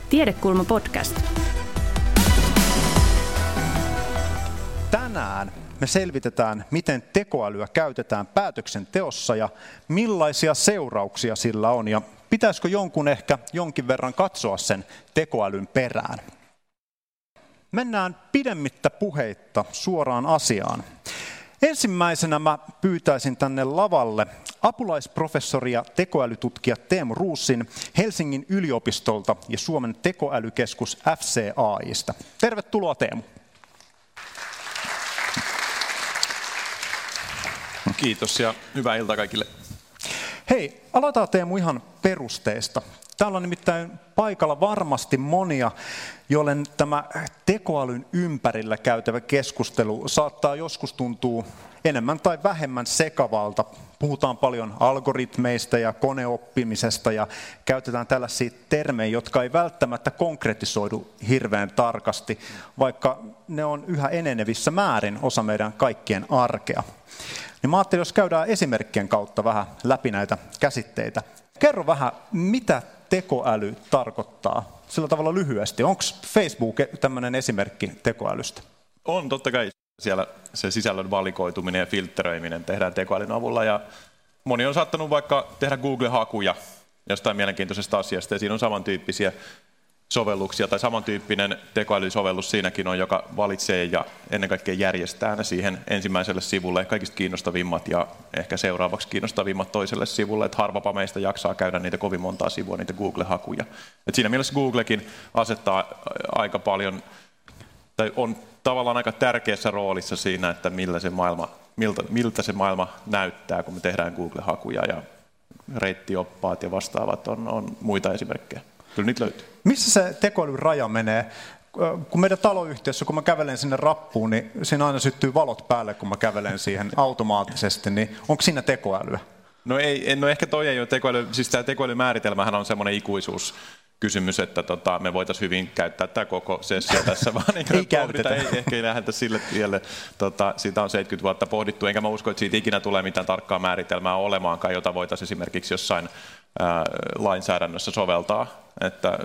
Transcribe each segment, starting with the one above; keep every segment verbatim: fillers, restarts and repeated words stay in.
Tiedekulma podcast. Tänään me selvitetään, miten tekoälyä käytetään päätöksenteossa ja millaisia seurauksia sillä on. Ja pitäisikö jonkun ehkä jonkin verran katsoa sen tekoälyn perään? Mennään pidemmittä puheitta suoraan asiaan. Ensimmäisenä mä pyytäisin tänne lavalle apulaisprofessori ja tekoälytutkija Teemu Roossin Helsingin yliopistolta ja Suomen tekoälykeskus F C A I:stä. Tervetuloa Teemu. Kiitos ja hyvää iltaa kaikille. Hei, aloitetaan Teemu ihan perusteista. Täällä on nimittäin paikalla varmasti monia, joille tämä tekoälyn ympärillä käytävä keskustelu saattaa joskus tuntua enemmän tai vähemmän sekavalta. Puhutaan paljon algoritmeista ja koneoppimisesta ja käytetään tällaisia termejä, jotka ei välttämättä konkretisoidu hirveän tarkasti, vaikka ne on yhä enenevissä määrin osa meidän kaikkien arkea. Niin mä ajattelin, jos käydään esimerkkien kautta vähän läpi näitä käsitteitä. Kerro vähän, mitä tekoäly tarkoittaa sillä tavalla lyhyesti. Onko Facebook tämmöinen esimerkki tekoälystä? On, totta kai. Siellä se sisällön valikoituminen ja filtteröiminen tehdään tekoälyn avulla. Ja moni on saattanut vaikka tehdä Google-hakuja jostain mielenkiintoisesta asiasta, ja siinä on samantyyppisiä sovelluksia, tai samantyyppinen tekoälysovellus siinäkin on, joka valitsee ja ennen kaikkea järjestää ne siihen ensimmäiselle sivulle kaikista kiinnostavimmat ja ehkä seuraavaksi kiinnostavimmat toiselle sivulle, että harvapa meistä jaksaa käydä niitä kovin montaa sivua, niitä Google-hakuja. Et siinä mielessä Googlekin asettaa aika paljon, tai on tavallaan aika tärkeässä roolissa siinä, että millä se maailma, miltä, miltä se maailma näyttää, kun me tehdään Google-hakuja, ja reittioppaat ja vastaavat on, on muita esimerkkejä. Kyllä niitä löytyy. Missä se tekoälyn raja menee? Kun meidän taloyhtiössä, kun mä kävelen sinne rappuun, niin siinä aina syttyy valot päälle, kun mä kävelen siihen automaattisesti, niin onko siinä tekoälyä? No ei, no ehkä toi ei ole tekoäly, siis tämä tekoälymääritelmähän on semmoinen ikuisuuskysymys, että tota, me voitaisiin hyvin käyttää tämä koko sessio tässä, vaan niin ei käytetä. Ei, ehkä ei lähdetä sille tielle. Tota, siitä on seitsemänkymmentä vuotta pohdittu, enkä mä usko, että siitä ikinä tulee mitään tarkkaa määritelmää olemaankaan, jota voitaisiin esimerkiksi jossain ää, lainsäädännössä soveltaa. Että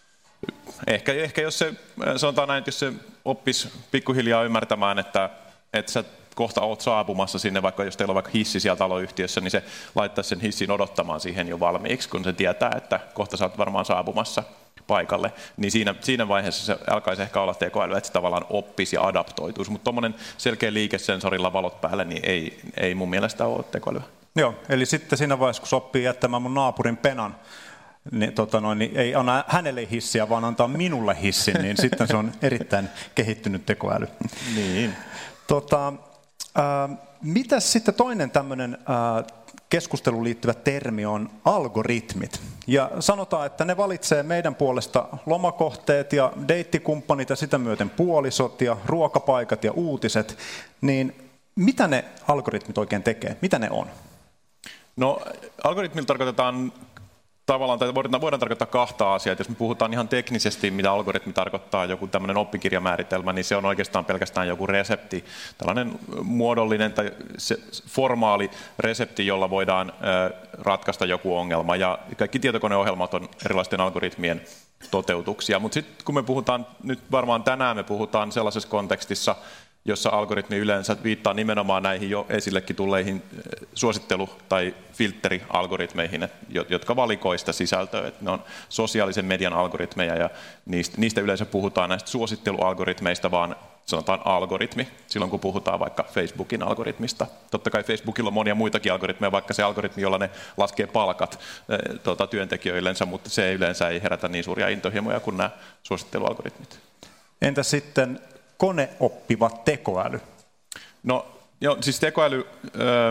ehkä, ehkä jos se, sanotaan näin, että jos se oppisi pikkuhiljaa ymmärtämään, että, että sä kohta oot saapumassa sinne, vaikka jos teillä on vaikka hissi siellä taloyhtiössä, niin se laittaisi sen hissin odottamaan siihen jo valmiiksi, kun se tietää, että kohta sä oot varmaan saapumassa paikalle. Niin siinä, siinä vaiheessa se alkaisi ehkä olla tekoäly, että se tavallaan oppisi ja adaptoituisi. Mutta tuommoinen selkeä liikesensorilla valot päälle, niin ei, ei mun mielestä ole tekoälyä. Joo, eli sitten siinä vaiheessa, kun sopii jättämään mun naapurin penan, niin, tota noin, niin ei anna hänelle hissiä, vaan antaa minulle hissin, niin sitten se on erittäin kehittynyt tekoäly. Niin. Tota, äh, mitäs sitten toinen tämmöinen äh, keskusteluun liittyvä termi on algoritmit. Ja sanotaan, että ne valitsee meidän puolesta lomakohteet ja deittikumppanit ja sitä myöten puolisot ja ruokapaikat ja uutiset. Niin mitä ne algoritmit oikein tekee? Mitä ne on? No, algoritmilla tarkoitetaan tavallaan, tai voidaan, voidaan tarkoittaa kahta asiaa. Jos me puhutaan ihan teknisesti, mitä algoritmi tarkoittaa, joku tämmöinen oppikirjamääritelmä, niin se on oikeastaan pelkästään joku resepti, tällainen muodollinen tai se formaali resepti, jolla voidaan ratkaista joku ongelma. Ja kaikki tietokoneohjelmat on erilaisten algoritmien toteutuksia. Mutta sitten kun me puhutaan, nyt varmaan tänään me puhutaan sellaisessa kontekstissa, jossa algoritmi yleensä viittaa nimenomaan näihin jo esillekin tulleihin suosittelu- tai filtterialgoritmeihin, jotka valikoi sitä sisältöä. Ne on sosiaalisen median algoritmeja, ja niistä, niistä yleensä puhutaan näistä suosittelualgoritmeista, vaan sanotaan algoritmi, silloin kun puhutaan vaikka Facebookin algoritmista. Totta kai Facebookilla on monia muitakin algoritmeja, vaikka se algoritmi, jolla ne laskee palkat tuota, työntekijöillensä, mutta se yleensä ei herätä niin suuria intohimoja kuin nämä suosittelualgoritmit. Entä sitten koneoppiva tekoäly? No, jo, siis tekoäly ö,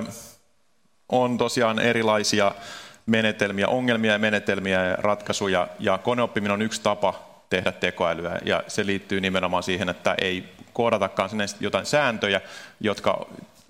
on tosiaan erilaisia menetelmiä, ongelmia ja menetelmiä ja ratkaisuja, ja koneoppiminen on yksi tapa tehdä tekoälyä, ja se liittyy nimenomaan siihen, että ei koodatakaan sinne jotain sääntöjä, jotka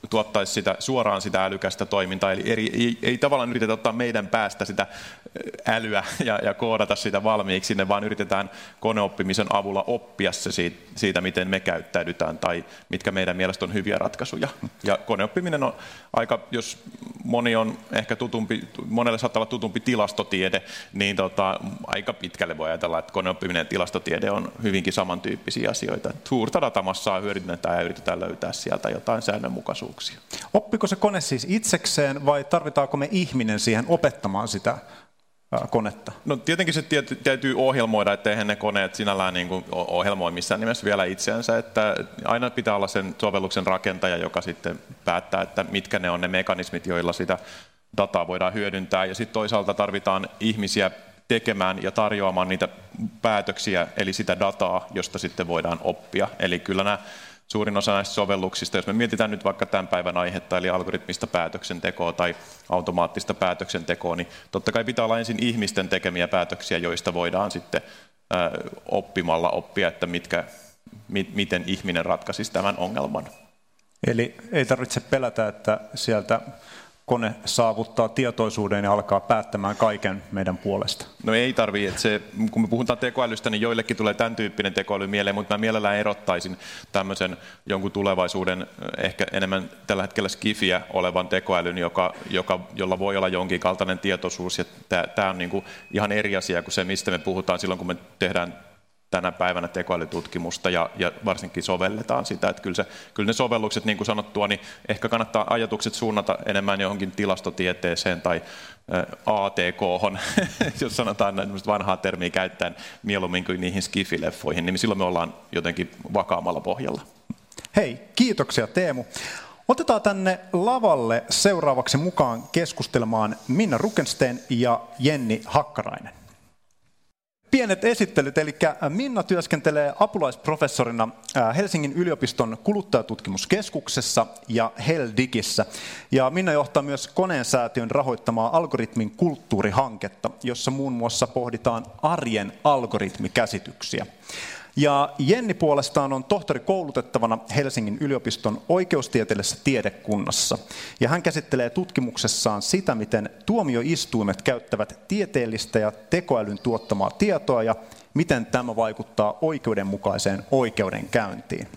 tuottaisi sitä, suoraan sitä älykästä toimintaa, eli eri, ei, ei tavallaan yritetä ottaa meidän päästä sitä älyä ja, ja koodata sitä valmiiksi sinne, vaan yritetään koneoppimisen avulla oppia se siitä, siitä, miten me käyttäydytään tai mitkä meidän mielestä on hyviä ratkaisuja. Ja koneoppiminen on aika, jos moni on ehkä tutumpi, monelle saattaa olla tutumpi tilastotiede, niin tota, aika pitkälle voi ajatella, että koneoppiminen ja tilastotiede on hyvinkin samantyyppisiä asioita. Suurta datamassaa hyödynnetään ja yritetään löytää sieltä jotain säännönmukaisuuksia. Oppiko se kone siis itsekseen vai tarvitaanko me ihminen siihen opettamaan sitä konetta? No tietenkin se täytyy ohjelmoida, ettei ne koneet sinällään niin kuin ohjelmoi missään nimessä vielä itseänsä, että aina pitää olla sen sovelluksen rakentaja, joka sitten päättää, että mitkä ne on ne mekanismit, joilla sitä dataa voidaan hyödyntää, ja sitten toisaalta tarvitaan ihmisiä tekemään ja tarjoamaan niitä päätöksiä, eli sitä dataa, josta sitten voidaan oppia. Eli kyllä nämä suurin osa näistä sovelluksista, jos me mietitään nyt vaikka tämän päivän aihetta, eli algoritmista päätöksentekoa tai automaattista päätöksentekoa, niin totta kai pitää olla ensin ihmisten tekemiä päätöksiä, joista voidaan sitten äh, oppimalla oppia, että mitkä, mi, miten ihminen ratkaisisi tämän ongelman. Eli ei tarvitse pelätä, että sieltä kone saavuttaa tietoisuuden ja alkaa päättämään kaiken meidän puolesta. No ei tarvitse, että se, kun me puhutaan tekoälystä, niin joillekin tulee tämän tyyppinen tekoäly mieleen, mutta mä mielellään erottaisin tämmöisen jonkun tulevaisuuden, ehkä enemmän tällä hetkellä skifiä olevan tekoälyn, joka, joka, jolla voi olla jonkin kaltainen tietoisuus, ja tämä on niin kuin ihan eri asia kuin se, mistä me puhutaan silloin, kun me tehdään tänä päivänä tekoälytutkimusta ja, ja varsinkin sovelletaan sitä, että kyllä, se, kyllä ne sovellukset, niin kuin sanottua, niin ehkä kannattaa ajatukset suunnata enemmän johonkin tilastotieteeseen tai A T K:hon, jos sanotaan vanhaa termiä käyttäen mieluummin kuin niihin skifileffoihin, niin silloin me ollaan jotenkin vakaammalla pohjalla. Hei, kiitoksia Teemu. Otetaan tänne lavalle seuraavaksi mukaan keskustelemaan Minna Rukensten ja Jenni Hakkarainen. Pienet esittelyt, eli Minna työskentelee apulaisprofessorina Helsingin yliopiston kuluttajatutkimuskeskuksessa ja Heldigissä. Ja Minna johtaa myös Koneen säätiön rahoittamaa algoritmin kulttuurihanketta, jossa muun muassa pohditaan arjen algoritmikäsityksiä. Ja Jenni puolestaan on tohtori koulutettavana Helsingin yliopiston oikeustieteellisessä tiedekunnassa. Ja hän käsittelee tutkimuksessaan sitä, miten tuomioistuimet käyttävät tieteellistä ja tekoälyn tuottamaa tietoa ja miten tämä vaikuttaa oikeudenmukaiseen oikeudenkäyntiin.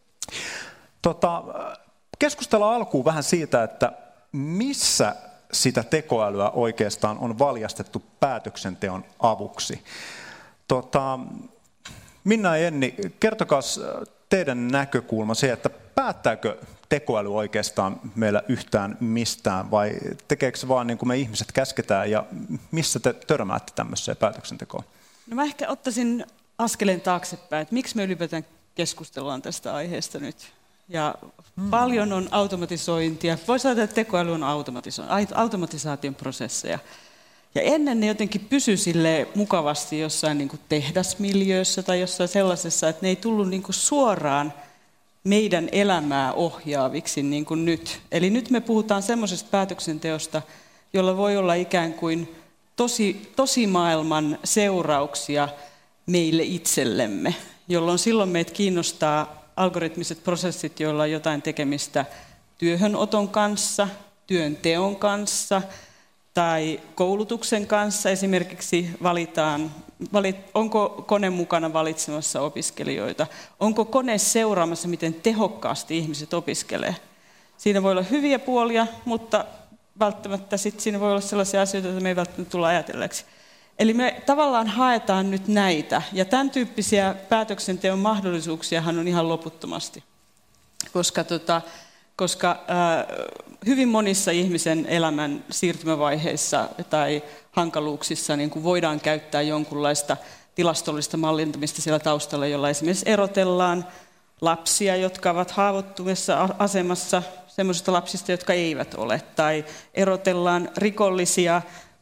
Tota, keskustellaan alkuun vähän siitä, että missä sitä tekoälyä oikeastaan on valjastettu päätöksenteon avuksi. Tota, Minna ja Jenni, kertokaa teidän näkökulma se, että päättääkö tekoäly oikeastaan meillä yhtään mistään vai tekeekö se vaan niin kuin me ihmiset käsketään ja missä te törmäätte tämmöiseen päätöksentekoon? No mä ehkä ottaisin askeleen taaksepäin, että miksi me ylipäätään keskustellaan tästä aiheesta nyt. Ja hmm. paljon on automatisointia. Voisi ajatella, että tekoäly on automatisaation prosesseja. Ja ennen ne jotenkin pysyi sille mukavasti jossain niin kuin tehdasmiljöössä tai jossain sellaisessa, että ne ei tullut niin kuin suoraan meidän elämää ohjaaviksi niin kuin nyt. Eli nyt me puhutaan semmoisesta päätöksenteosta, jolla voi olla ikään kuin tosi, tosimaailman seurauksia meille itsellemme, jolloin silloin meitä kiinnostaa algoritmiset prosessit, joilla on jotain tekemistä työhönoton kanssa, työnteon kanssa, tai koulutuksen kanssa esimerkiksi valitaan, valit, onko kone mukana valitsemassa opiskelijoita, onko kone seuraamassa, miten tehokkaasti ihmiset opiskelee. Siinä voi olla hyviä puolia, mutta välttämättä sit siinä voi olla sellaisia asioita, joita me ei välttämättä tulla ajatelleeksi. Eli me tavallaan haetaan nyt näitä, ja tämän tyyppisiä päätöksenteon mahdollisuuksiahan on ihan loputtomasti, koska tota, koska äh, hyvin monissa ihmisen elämän siirtymävaiheissa tai hankaluuksissa niin kuin voidaan käyttää jonkunlaista tilastollista mallintamista siellä taustalla, jolla esimerkiksi erotellaan lapsia, jotka ovat haavoittuvassa asemassa sellaisista lapsista, jotka eivät ole, tai erotellaan rikollisia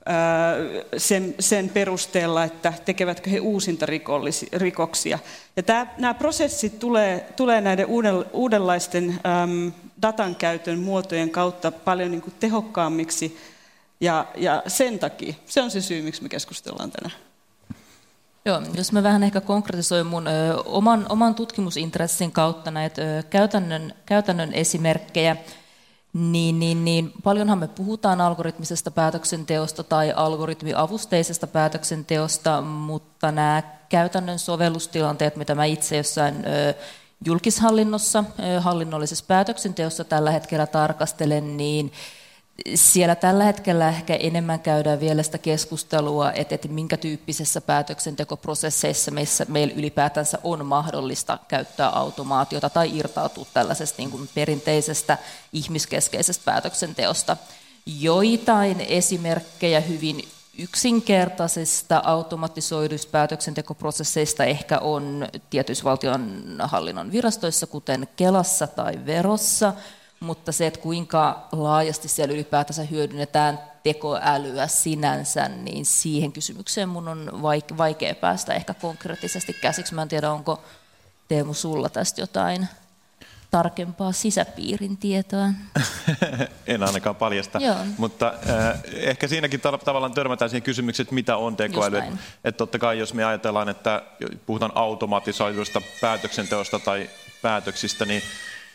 Sen, sen perusteella, että tekevätkö he uusinta rikoksia. Ja tämä, nämä prosessit tulee, tulee näiden uuden, uudenlaisten äm, datan käytön muotojen kautta paljon niin kuin tehokkaammiksi, ja, ja sen takia, se on se syy, miksi me keskustellaan tänään. Joo, jos mä vähän ehkä konkretisoin mun ö, oman, oman tutkimusintressin kautta näitä ö, käytännön, käytännön esimerkkejä, Niin, niin, niin. Paljonhan me puhutaan algoritmisesta päätöksenteosta tai algoritmiavusteisesta päätöksenteosta, mutta nämä käytännön sovellustilanteet, mitä mä itse jossain ö, julkishallinnossa, ö, hallinnollisessa päätöksenteossa tällä hetkellä tarkastelen, niin siellä tällä hetkellä ehkä enemmän käydään vielä sitä keskustelua, että, että minkä tyyppisessä päätöksentekoprosesseissa meissä, meillä ylipäätänsä on mahdollista käyttää automaatiota tai irtautua tällaisesta niin kuin perinteisestä ihmiskeskeisestä päätöksenteosta. Joitain esimerkkejä hyvin yksinkertaisista automatisoiduista päätöksentekoprosesseista ehkä on tietyissä valtionhallinnon virastoissa, kuten Kelassa tai Verossa, mutta se, että kuinka laajasti siellä ylipäätänsä hyödynnetään tekoälyä sinänsä, niin siihen kysymykseen mun on vaikea päästä ehkä konkreettisesti käsiksi. Mä en tiedä, onko Teemu sulla tästä jotain tarkempaa sisäpiirin tietoa? En ainakaan paljasta, Joo. mutta äh, ehkä siinäkin tavallaan törmätään siihen kysymykseen, että mitä on tekoäly. Että et totta kai jos me ajatellaan, että puhutaan automatisoidusta päätöksenteosta tai päätöksistä, niin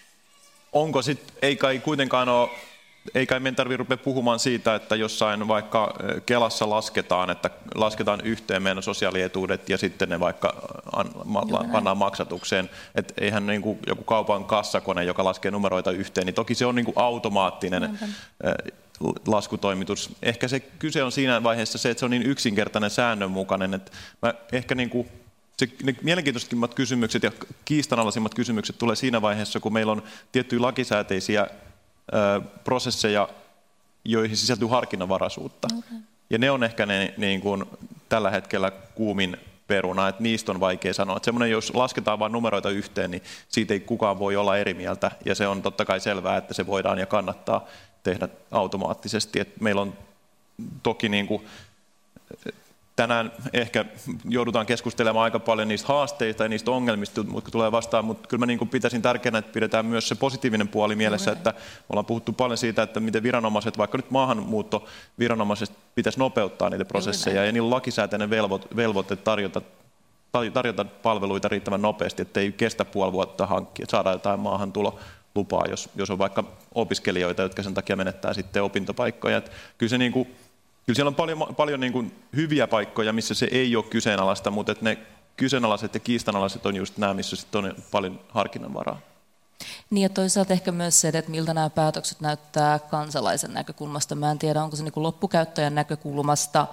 onko sitten, ei kai kuitenkaan ole, ei kai meidän tarvitse rupea puhumaan siitä, että jossain vaikka Kelassa lasketaan, että lasketaan yhteen meidän sosiaalietuudet ja sitten ne vaikka pannaan maksatukseen. Että eihän niin kuin joku kaupan kassakone, joka laskee numeroita yhteen, niin toki se on niin kuin automaattinen Aivan. laskutoimitus. Ehkä se kyse on siinä vaiheessa se, että se on niin yksinkertainen säännönmukainen, että mä ehkä niin kuin Se, ne mielenkiintoisimmat kysymykset ja kiistanalaisimmat kysymykset tulee siinä vaiheessa, kun meillä on tiettyjä lakisääteisiä ö, prosesseja, joihin sisältyy harkinnanvaraisuutta. Okay. Ja ne on ehkä ne niin kuin, tällä hetkellä kuumin peruna, että niistä on vaikea sanoa. Että semmoinen, jos lasketaan vain numeroita yhteen, niin siitä ei kukaan voi olla eri mieltä. Ja se on totta kai selvää, että se voidaan ja kannattaa tehdä automaattisesti. Että meillä on toki niin kuin, tänään ehkä joudutaan keskustelemaan aika paljon niistä haasteista ja niistä ongelmista, jotka tulee vastaan, mutta kyllä mä niin kuin pitäisin tärkeänä, että pidetään myös se positiivinen puoli mielessä, että me ollaan puhuttu paljon siitä, että miten viranomaiset, vaikka nyt maahanmuuttoviranomaiset pitäisi nopeuttaa niitä prosesseja ja niillä on lakisääteinen velvoite, velvoite tarjota, tarjota palveluita riittävän nopeasti, ettei kestä puoli vuotta hankkia, että saadaan jotain maahantulolupaa, jos, jos on vaikka opiskelijoita, jotka sen takia menettää sitten opintopaikkoja. Että kyllä se niin kuin Kyllä siellä on paljon, paljon niin kuin hyviä paikkoja, missä se ei ole kyseenalaista, mutta että ne kyseenalaiset ja kiistanalaiset on just nämä, missä sitten on paljon harkinnanvaraa. Niin ja toisaalta ehkä myös se, että miltä nämä päätökset näyttää kansalaisen näkökulmasta. Mä en tiedä, onko se niin kuin loppukäyttäjän näkökulmasta,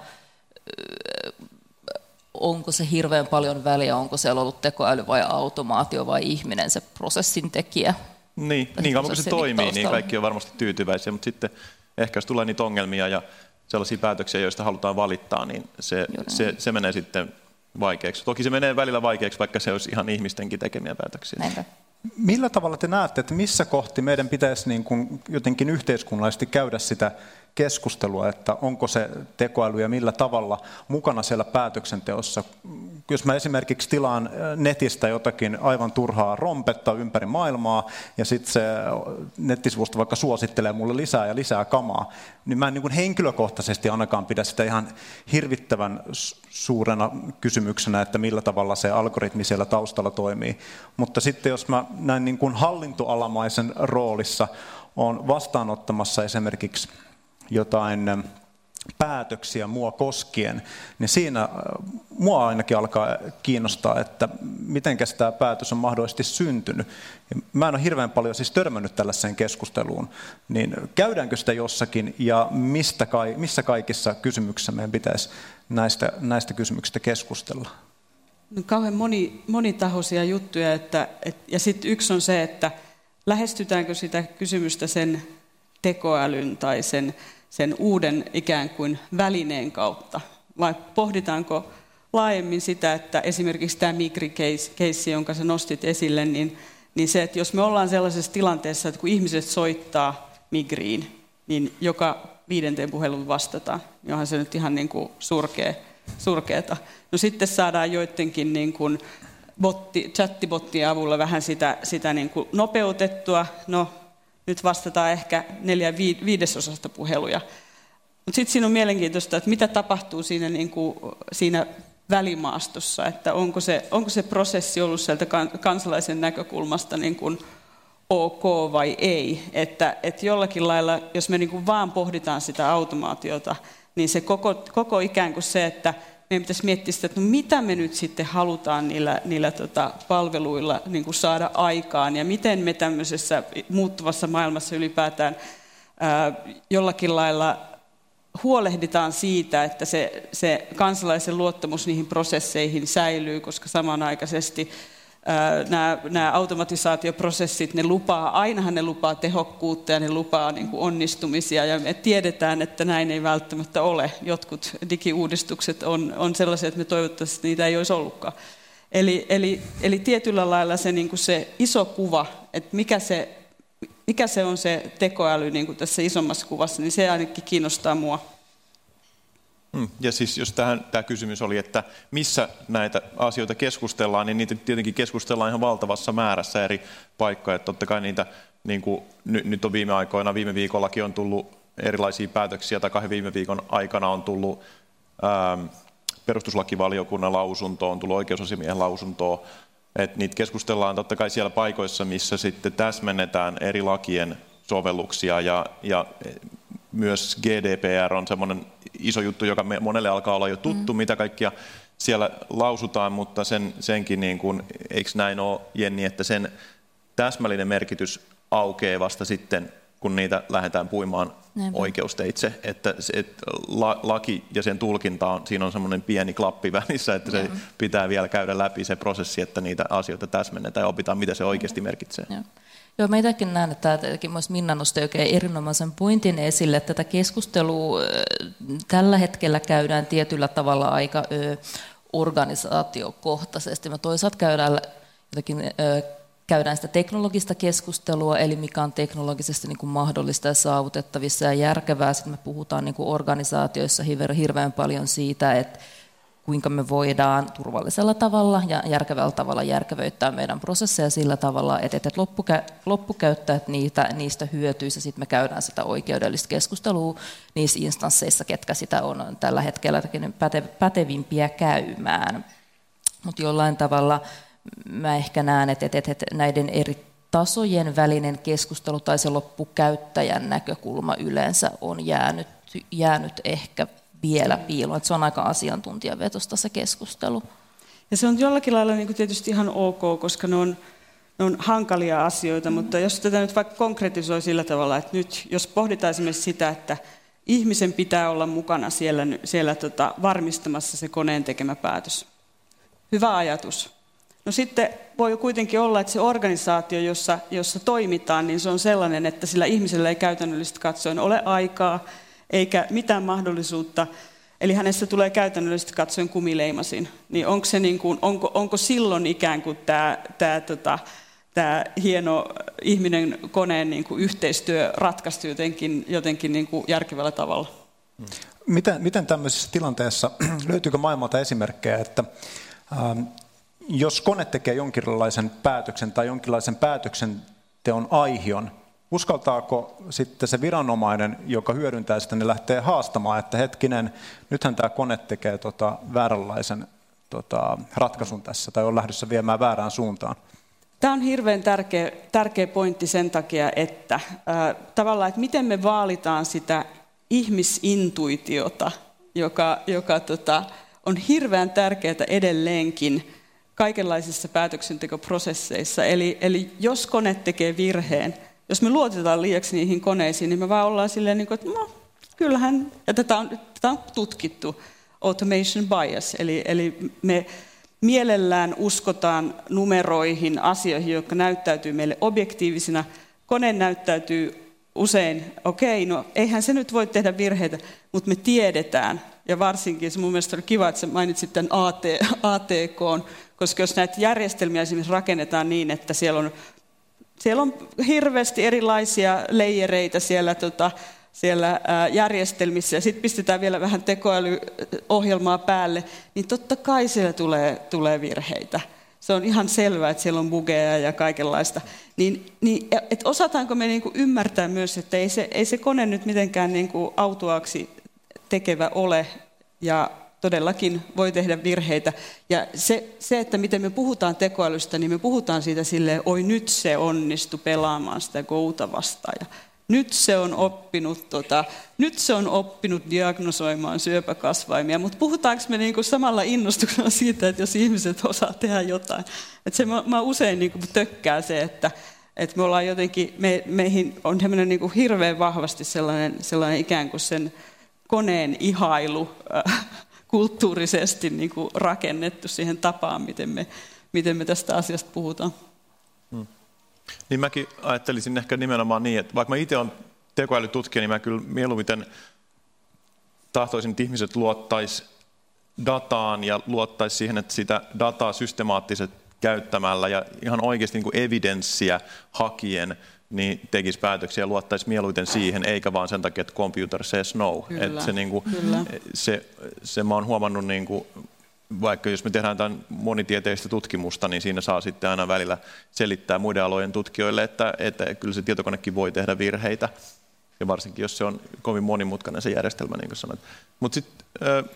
onko se hirveän paljon väliä, onko siellä ollut tekoäly vai automaatio vai ihminen se prosessin tekijä. Niin, niin kauan kun se toimii, niin kaikki on varmasti tyytyväisiä, mutta sitten ehkä jos tulee niitä ongelmia ja sellaisia päätöksiä, joista halutaan valittaa, niin se, se, se menee sitten vaikeaksi. Toki se menee välillä vaikeaksi, vaikka se olisi ihan ihmistenkin tekemiä päätöksiä. Näinpä. Millä tavalla te näette, että missä kohti meidän pitäisi niin kuin jotenkin yhteiskunnallisesti käydä sitä keskustelua, että onko se tekoäly ja millä tavalla mukana siellä päätöksenteossa? Jos mä esimerkiksi tilaan netistä jotakin aivan turhaa rompetta ympäri maailmaa ja sitten se nettisivusto vaikka suosittelee mulle lisää ja lisää kamaa, niin mä en niin kuin henkilökohtaisesti ainakaan pidä sitä ihan hirvittävän suurena kysymyksenä, että millä tavalla se algoritmi siellä taustalla toimii. Mutta sitten jos mä näin niin kuin hallintoalamaisen roolissa on vastaanottamassa esimerkiksi jotain päätöksiä mua koskien, niin siinä mua ainakin alkaa kiinnostaa, että miten tämä päätös on mahdollisesti syntynyt. Ja mä en ole hirveän paljon siis törmännyt tällaiseen keskusteluun, niin käydäänkö sitä jossakin ja mistä kai, missä kaikissa kysymyksissä meidän pitäisi näistä, näistä kysymyksistä keskustella? No, kauhean moni, monitahoisia juttuja, että, et, ja sitten yksi on se, että lähestytäänkö sitä kysymystä sen tekoälyn tai sen, sen uuden ikään kuin välineen kautta, vai pohditaanko laajemmin sitä, että esimerkiksi tämä Migri-keissi, jonka sä nostit esille, niin, niin se, että jos me ollaan sellaisessa tilanteessa, että kun ihmiset soittaa Migriin, niin joka viidenteen puheluun vastataan, niin onhan se nyt ihan niin kuin surkea, surkeata. No sitten saadaan joidenkin niin kuin botti, chattibottien avulla vähän sitä, sitä niin kuin nopeutettua, no nyt vastataan ehkä neljä viidesosasta puheluja. Mutta sitten siinä on mielenkiintoista, että mitä tapahtuu siinä, niin kuin, siinä välimaastossa, että onko se, onko se prosessi ollut sieltä kansalaisen näkökulmasta niin kuin ok vai ei. Että, että jollakin lailla, jos me niin kuin vaan pohditaan sitä automaatiota, niin se koko, koko ikään kuin se, että meidän pitäisi miettiä sitä, että no mitä me nyt sitten halutaan niillä, niillä tota palveluilla niin kuin saada aikaan ja miten me tämmöisessä muuttuvassa maailmassa ylipäätään ää, jollakin lailla huolehditaan siitä, että se, se kansalaisen luottamus niihin prosesseihin säilyy, koska samanaikaisesti ää, nämä, nämä automatisaatioprosessit, ne lupaa, ainahan ne lupaa tehokkuutta ja ne lupaa niin kuin onnistumisia, ja me tiedetään, että näin ei välttämättä ole. Jotkut digiuudistukset on, on sellaisia, että me toivottavasti niitä ei olisi ollutkaan. Eli, eli, eli tietyllä lailla se, niin kuin se iso kuva, että mikä se, mikä se on se tekoäly niin kuin tässä isommassa kuvassa, niin se ainakin kiinnostaa mua. Ja siis jos tähän, tämä kysymys oli, että missä näitä asioita keskustellaan, niin niitä tietenkin keskustellaan ihan valtavassa määrässä eri paikkoja. Että totta kai niitä, niin kuin nyt on viime aikoina, viime viikollakin on tullut erilaisia päätöksiä, tai kahden viime viikon aikana on tullut ää, perustuslakivaliokunnan lausuntoa, on tullut oikeusasiamiehen lausuntoa. Että niitä keskustellaan totta kai siellä paikoissa, missä sitten täsmennetään eri lakien sovelluksia, ja, ja myös G D P R on semmoinen iso juttu, joka monelle alkaa olla jo tuttu, mm. mitä kaikkia siellä lausutaan, mutta sen, senkin, niin kuin, eikö näin ole, Jenni, että sen täsmällinen merkitys aukeaa vasta sitten, kun niitä lähdetään puimaan Näinpä. oikeusteitse, että et, la, laki ja sen tulkinta on, siinä on semmoinen pieni klappi välissä, että se mm. pitää vielä käydä läpi se prosessi, että niitä asioita täsmennetään ja opitaan, mitä se oikeasti merkitsee. Ja. Joo, mä itsekin näen, että myös Minna nosti oikein erinomaisen pointin esille, että tätä keskustelua tällä hetkellä käydään tietyllä tavalla aika ö, organisaatiokohtaisesti. Me toisaalta käydään, jotenkin, ö, käydään sitä teknologista keskustelua, eli mikä on teknologisesti niin kuin mahdollista ja saavutettavissa ja järkevää. Sitten me puhutaan niin kuin organisaatioissa hirveän paljon siitä, että kuinka me voidaan turvallisella tavalla ja järkevällä tavalla järkevöittää meidän prosesseja sillä tavalla, että, että loppukä- loppukäyttäjät niitä, niistä hyötyisi, ja sitten me käydään sitä oikeudellista keskustelua niissä instansseissa, ketkä sitä on tällä hetkellä päte- pätevimpiä käymään. Mutta jollain tavalla mä ehkä näen, että, että, että näiden eri tasojen välinen keskustelu tai se loppukäyttäjän näkökulma yleensä on jäänyt, jäänyt ehkä vielä piiloon, että se on aika asiantuntijavetosta se keskustelu. Ja se on jollakin lailla niin kuin tietysti ihan ok, koska ne on, ne on hankalia asioita, mm. mutta jos tätä nyt vaikka konkretisoi sillä tavalla, että nyt jos pohditaan esimerkiksi sitä, että ihmisen pitää olla mukana siellä, siellä tota, varmistamassa se koneen tekemä päätös. Hyvä ajatus. No sitten voi kuitenkin olla, että se organisaatio, jossa, jossa toimitaan, niin se on sellainen, että sillä ihmisellä ei käytännöllisesti katsoen ole aikaa, eikä mitään mahdollisuutta, eli hänestä tulee käytännöllisesti katsoen kumileimasin, niin onko, se niin kuin, onko, onko silloin ikään kuin tämä, tämä, tota, tämä hieno ihminen koneen niin kuin yhteistyö ratkaistu jotenkin, jotenkin niin kuin järkevällä tavalla? Miten, miten tämmöisessä tilanteessa, löytyykö maailmalta esimerkkejä, että ähm, jos kone tekee jonkinlaisen päätöksen tai jonkinlaisen päätöksenteon aihion, uskaltaako sitten se viranomainen, joka hyödyntää sitä, niin lähtee haastamaan, että hetkinen, nythän tämä kone tekee tota vääränlaisen tota, ratkaisun tässä tai on lähdössä viemään väärään suuntaan? Tämä on hirveän tärkeä, tärkeä pointti sen takia, että äh, tavallaan, että miten me vaalitaan sitä ihmisintuitiota, joka, joka tota, on hirveän tärkeää edelleenkin kaikenlaisissa päätöksentekoprosesseissa. Eli, eli jos kone tekee virheen, jos me luotetaan liiaksi niihin koneisiin, niin me vaan ollaan silleen, että no, kyllähän, ja tätä on, tätä on tutkittu, automation bias, eli, eli me mielellään uskotaan numeroihin, asioihin, jotka näyttäytyy meille objektiivisina. Kone näyttäytyy usein, okei, okay, no eihän se nyt voi tehdä virheitä, mutta me tiedetään, ja varsinkin se mun mielestä oli kiva, että sä mainitsit tämän A T K:n, koska jos näitä järjestelmiä esimerkiksi rakennetaan niin, että siellä on Siellä on hirveästi erilaisia leijereitä siellä, tota, siellä ää, järjestelmissä ja sitten pistetään vielä vähän tekoälyohjelmaa päälle, niin totta kai siellä tulee, tulee virheitä. Se on ihan selvää, että siellä on bugeja ja kaikenlaista. Niin, niin, et osataanko me niinku ymmärtää myös, että ei se, ei se kone nyt mitenkään niinku autuaaksi tekevä ole ja todellakin voi tehdä virheitä. Ja se, se, että miten me puhutaan tekoälystä, niin me puhutaan siitä silleen, oi nyt se onnistui pelaamaan sitä Gouta vastaan. Ja nyt se on oppinut, tota, nyt se on oppinut diagnosoimaan syöpäkasvaimia, mutta puhutaanko me niinku samalla innostuksella siitä, että jos ihmiset osaa tehdä jotain? Et se mä, mä usein niinku tökkää se, että et me ollaan jotenkin, me, meihin on niinku hirveän vahvasti sellainen, sellainen ikään kuin sen koneen ihailu äh, kulttuurisesti niinku rakennettu siihen tapaan, miten me, miten me tästä asiasta puhutaan. Hmm. Niin mäkin ajattelisin ehkä nimenomaan niin, että vaikka mä itse olen tekoälytutkija, niin mä kyllä mieluummin tahtoisin, että ihmiset luottaisi dataan ja luottaisi siihen, että sitä dataa systemaattisesti käyttämällä ja ihan oikeasti niin kuin evidenssiä hakien, niin tekisi päätöksiä ja luottaisi mieluiten siihen, eikä vaan sen takia, että computer says no. Että se, niin kuin, se, se mä oon huomannut, niin kuin, vaikka jos me tehdään jotain monitieteistä tutkimusta, niin siinä saa sitten aina välillä selittää muiden alojen tutkijoille, että, että kyllä se tietokonekin voi tehdä virheitä. Ja varsinkin, jos se on kovin monimutkainen se järjestelmä, niin kuin sanoit. Mutta sitten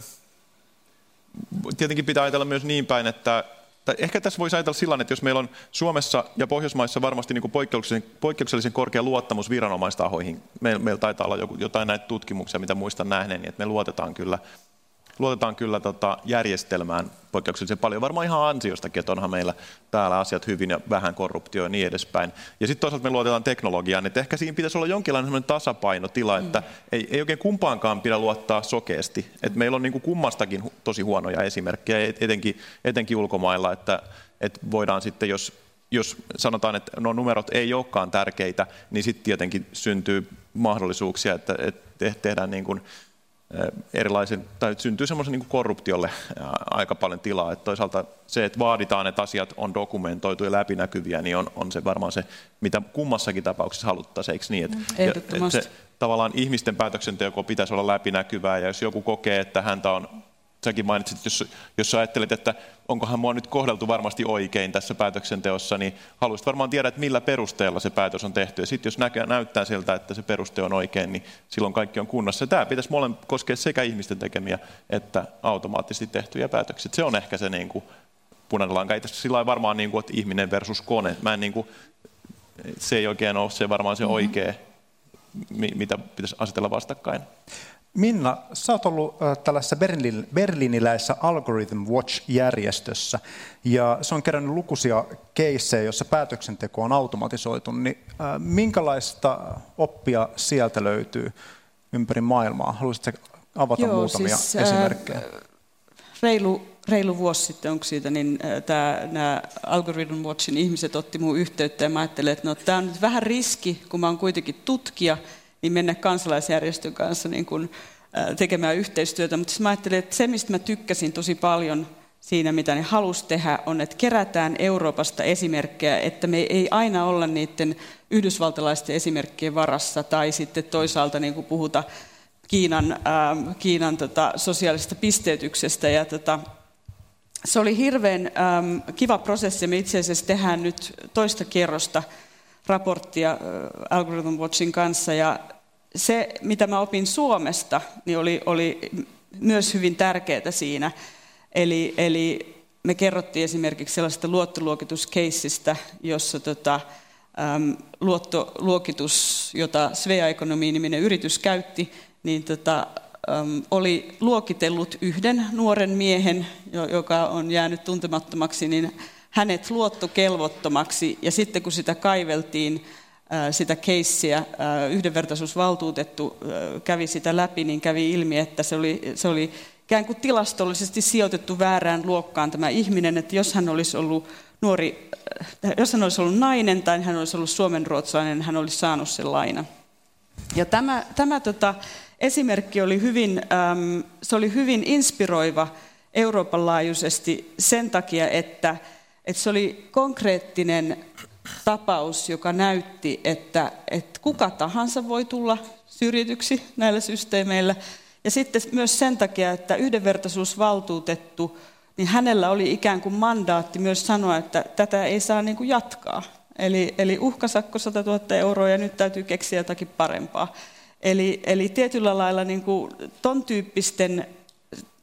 tietenkin pitää ajatella myös niin päin, että tai ehkä tässä voisi ajatella sillä, että jos meillä on Suomessa ja Pohjoismaissa varmasti niin kuin poikkeuksellisen, poikkeuksellisen korkea luottamus viranomaistahoihin. Meillä, meillä taitaa olla jotain näitä tutkimuksia, mitä muistan nähneen, niin että me luotetaan kyllä, luotetaan kyllä tota järjestelmään poikkeuksellisen paljon. Varmaan ihan ansiostakin, että onhan meillä täällä asiat hyvin ja vähän korruptio ja niin edespäin. Ja sitten toisaalta me luotetaan teknologiaan, että ehkä siinä pitäisi olla jonkinlainen tasapainotila, että mm. ei, ei oikein kumpaankaan pidä luottaa sokeasti. Että meillä on niin kuin kummastakin tosi huonoja esimerkkejä, etenkin, etenkin ulkomailla, että, että voidaan sitten, jos, jos sanotaan, että no numerot ei olekaan tärkeitä, niin sitten tietenkin syntyy mahdollisuuksia, että, että tehdään niin kuin erilaisen, tai syntyy semmoisen niin kuin korruptiolle aika paljon tilaa. Että toisaalta se, että vaaditaan, että asiat on dokumentoitu ja läpinäkyviä, niin on, on se varmaan se, mitä kummassakin tapauksessa haluttaisiin, eikö niin? Että, ehdottomasti. että se, tavallaan ihmisten päätöksenteko pitäisi olla läpinäkyvää, ja jos joku kokee, että häntä on, säkin mainitsit, että jos, jos sä ajattelet, että onkohan mua nyt kohdeltu varmasti oikein tässä päätöksenteossa, niin haluaisit varmaan tiedä, että millä perusteella se päätös on tehty. Ja sitten jos näkö, näyttää siltä, että se peruste on oikein, niin silloin kaikki on kunnossa. Tämä pitäisi molemmat koskea sekä ihmisten tekemiä että automaattisesti tehtyjä päätöksiä. Se on ehkä se niin kuin punainen lanka. Ei tässä sillä lailla varmaan niin kuin, että ihminen versus kone. Mä en, niin kuin, se ei oikein ole se varmaan se oikea, mitä pitäisi asetella vastakkain. Minna, sä oot ollut äh, tällaisessa Berlin, berliiniläisessä Algorithm Watch-järjestössä, ja se on kerännyt lukuisia keissejä, joissa päätöksenteko on automatisoitu, niin äh, minkälaista oppia sieltä löytyy ympäri maailmaa? Haluaisitko avata Joo, muutamia siis, esimerkkejä? Äh, reilu, reilu vuosi sitten, onko siitä, niin äh, tää, nämä Algorithm Watchin ihmiset otti mun yhteyttä, ja mä ajattelin, että no, tämä on nyt vähän riski, kun mä oon kuitenkin tutkija, niin mennä kansalaisjärjestön kanssa niin kuin, ää, tekemään yhteistyötä. Mutta mä ajattelin, että se, mistä mä tykkäsin tosi paljon siinä, mitä ne halusi tehdä, on, että kerätään Euroopasta esimerkkejä, että me ei aina olla niiden yhdysvaltalaisten esimerkkien varassa, tai sitten toisaalta niin kuin puhuta Kiinan, ää, Kiinan tota, sosiaalisesta pisteytyksestä. Ja, tota, se oli hirveän ää, kiva prosessi. Me itse asiassa tehdään nyt toista kierrosta raporttia Algorithm Watchin kanssa, ja se, mitä mä opin Suomesta, niin oli, oli myös hyvin tärkeää siinä. Eli, eli me kerrottiin esimerkiksi sellaista luottoluokituskeissistä, jossa tota, äm, luottoluokitus, jota Svea Economy-niminen yritys käytti, niin tota, äm, oli luokitellut yhden nuoren miehen, joka on jäänyt tuntemattomaksi, niin hänet luottokelvottomaksi, ja sitten kun sitä kaiveltiin, sitä keissiä, yhdenvertaisuusvaltuutettu kävi sitä läpi, niin kävi ilmi, että se oli, se oli ikään kuin tilastollisesti sijoitettu väärään luokkaan tämä ihminen, että jos hän olisi ollut nuori, jos hän olisi ollut nainen tai hän olisi ollut suomenruotsalainen, hän olisi saanut sen lainan. Ja tämä, tämä tota, esimerkki oli hyvin, äm, se oli hyvin inspiroiva Euroopan laajuisesti sen takia, että Että se oli konkreettinen tapaus, joka näytti, että, että kuka tahansa voi tulla syrjityksi näillä systeemeillä. Ja sitten myös sen takia, että yhdenvertaisuusvaltuutettu, niin hänellä oli ikään kuin mandaatti myös sanoa, että tätä ei saa niin kuin jatkaa. Eli, eli uhkasakko sata tuhatta euroa ja nyt täytyy keksiä jotakin parempaa. Eli, eli tietyllä lailla niin kuin ton tyyppisten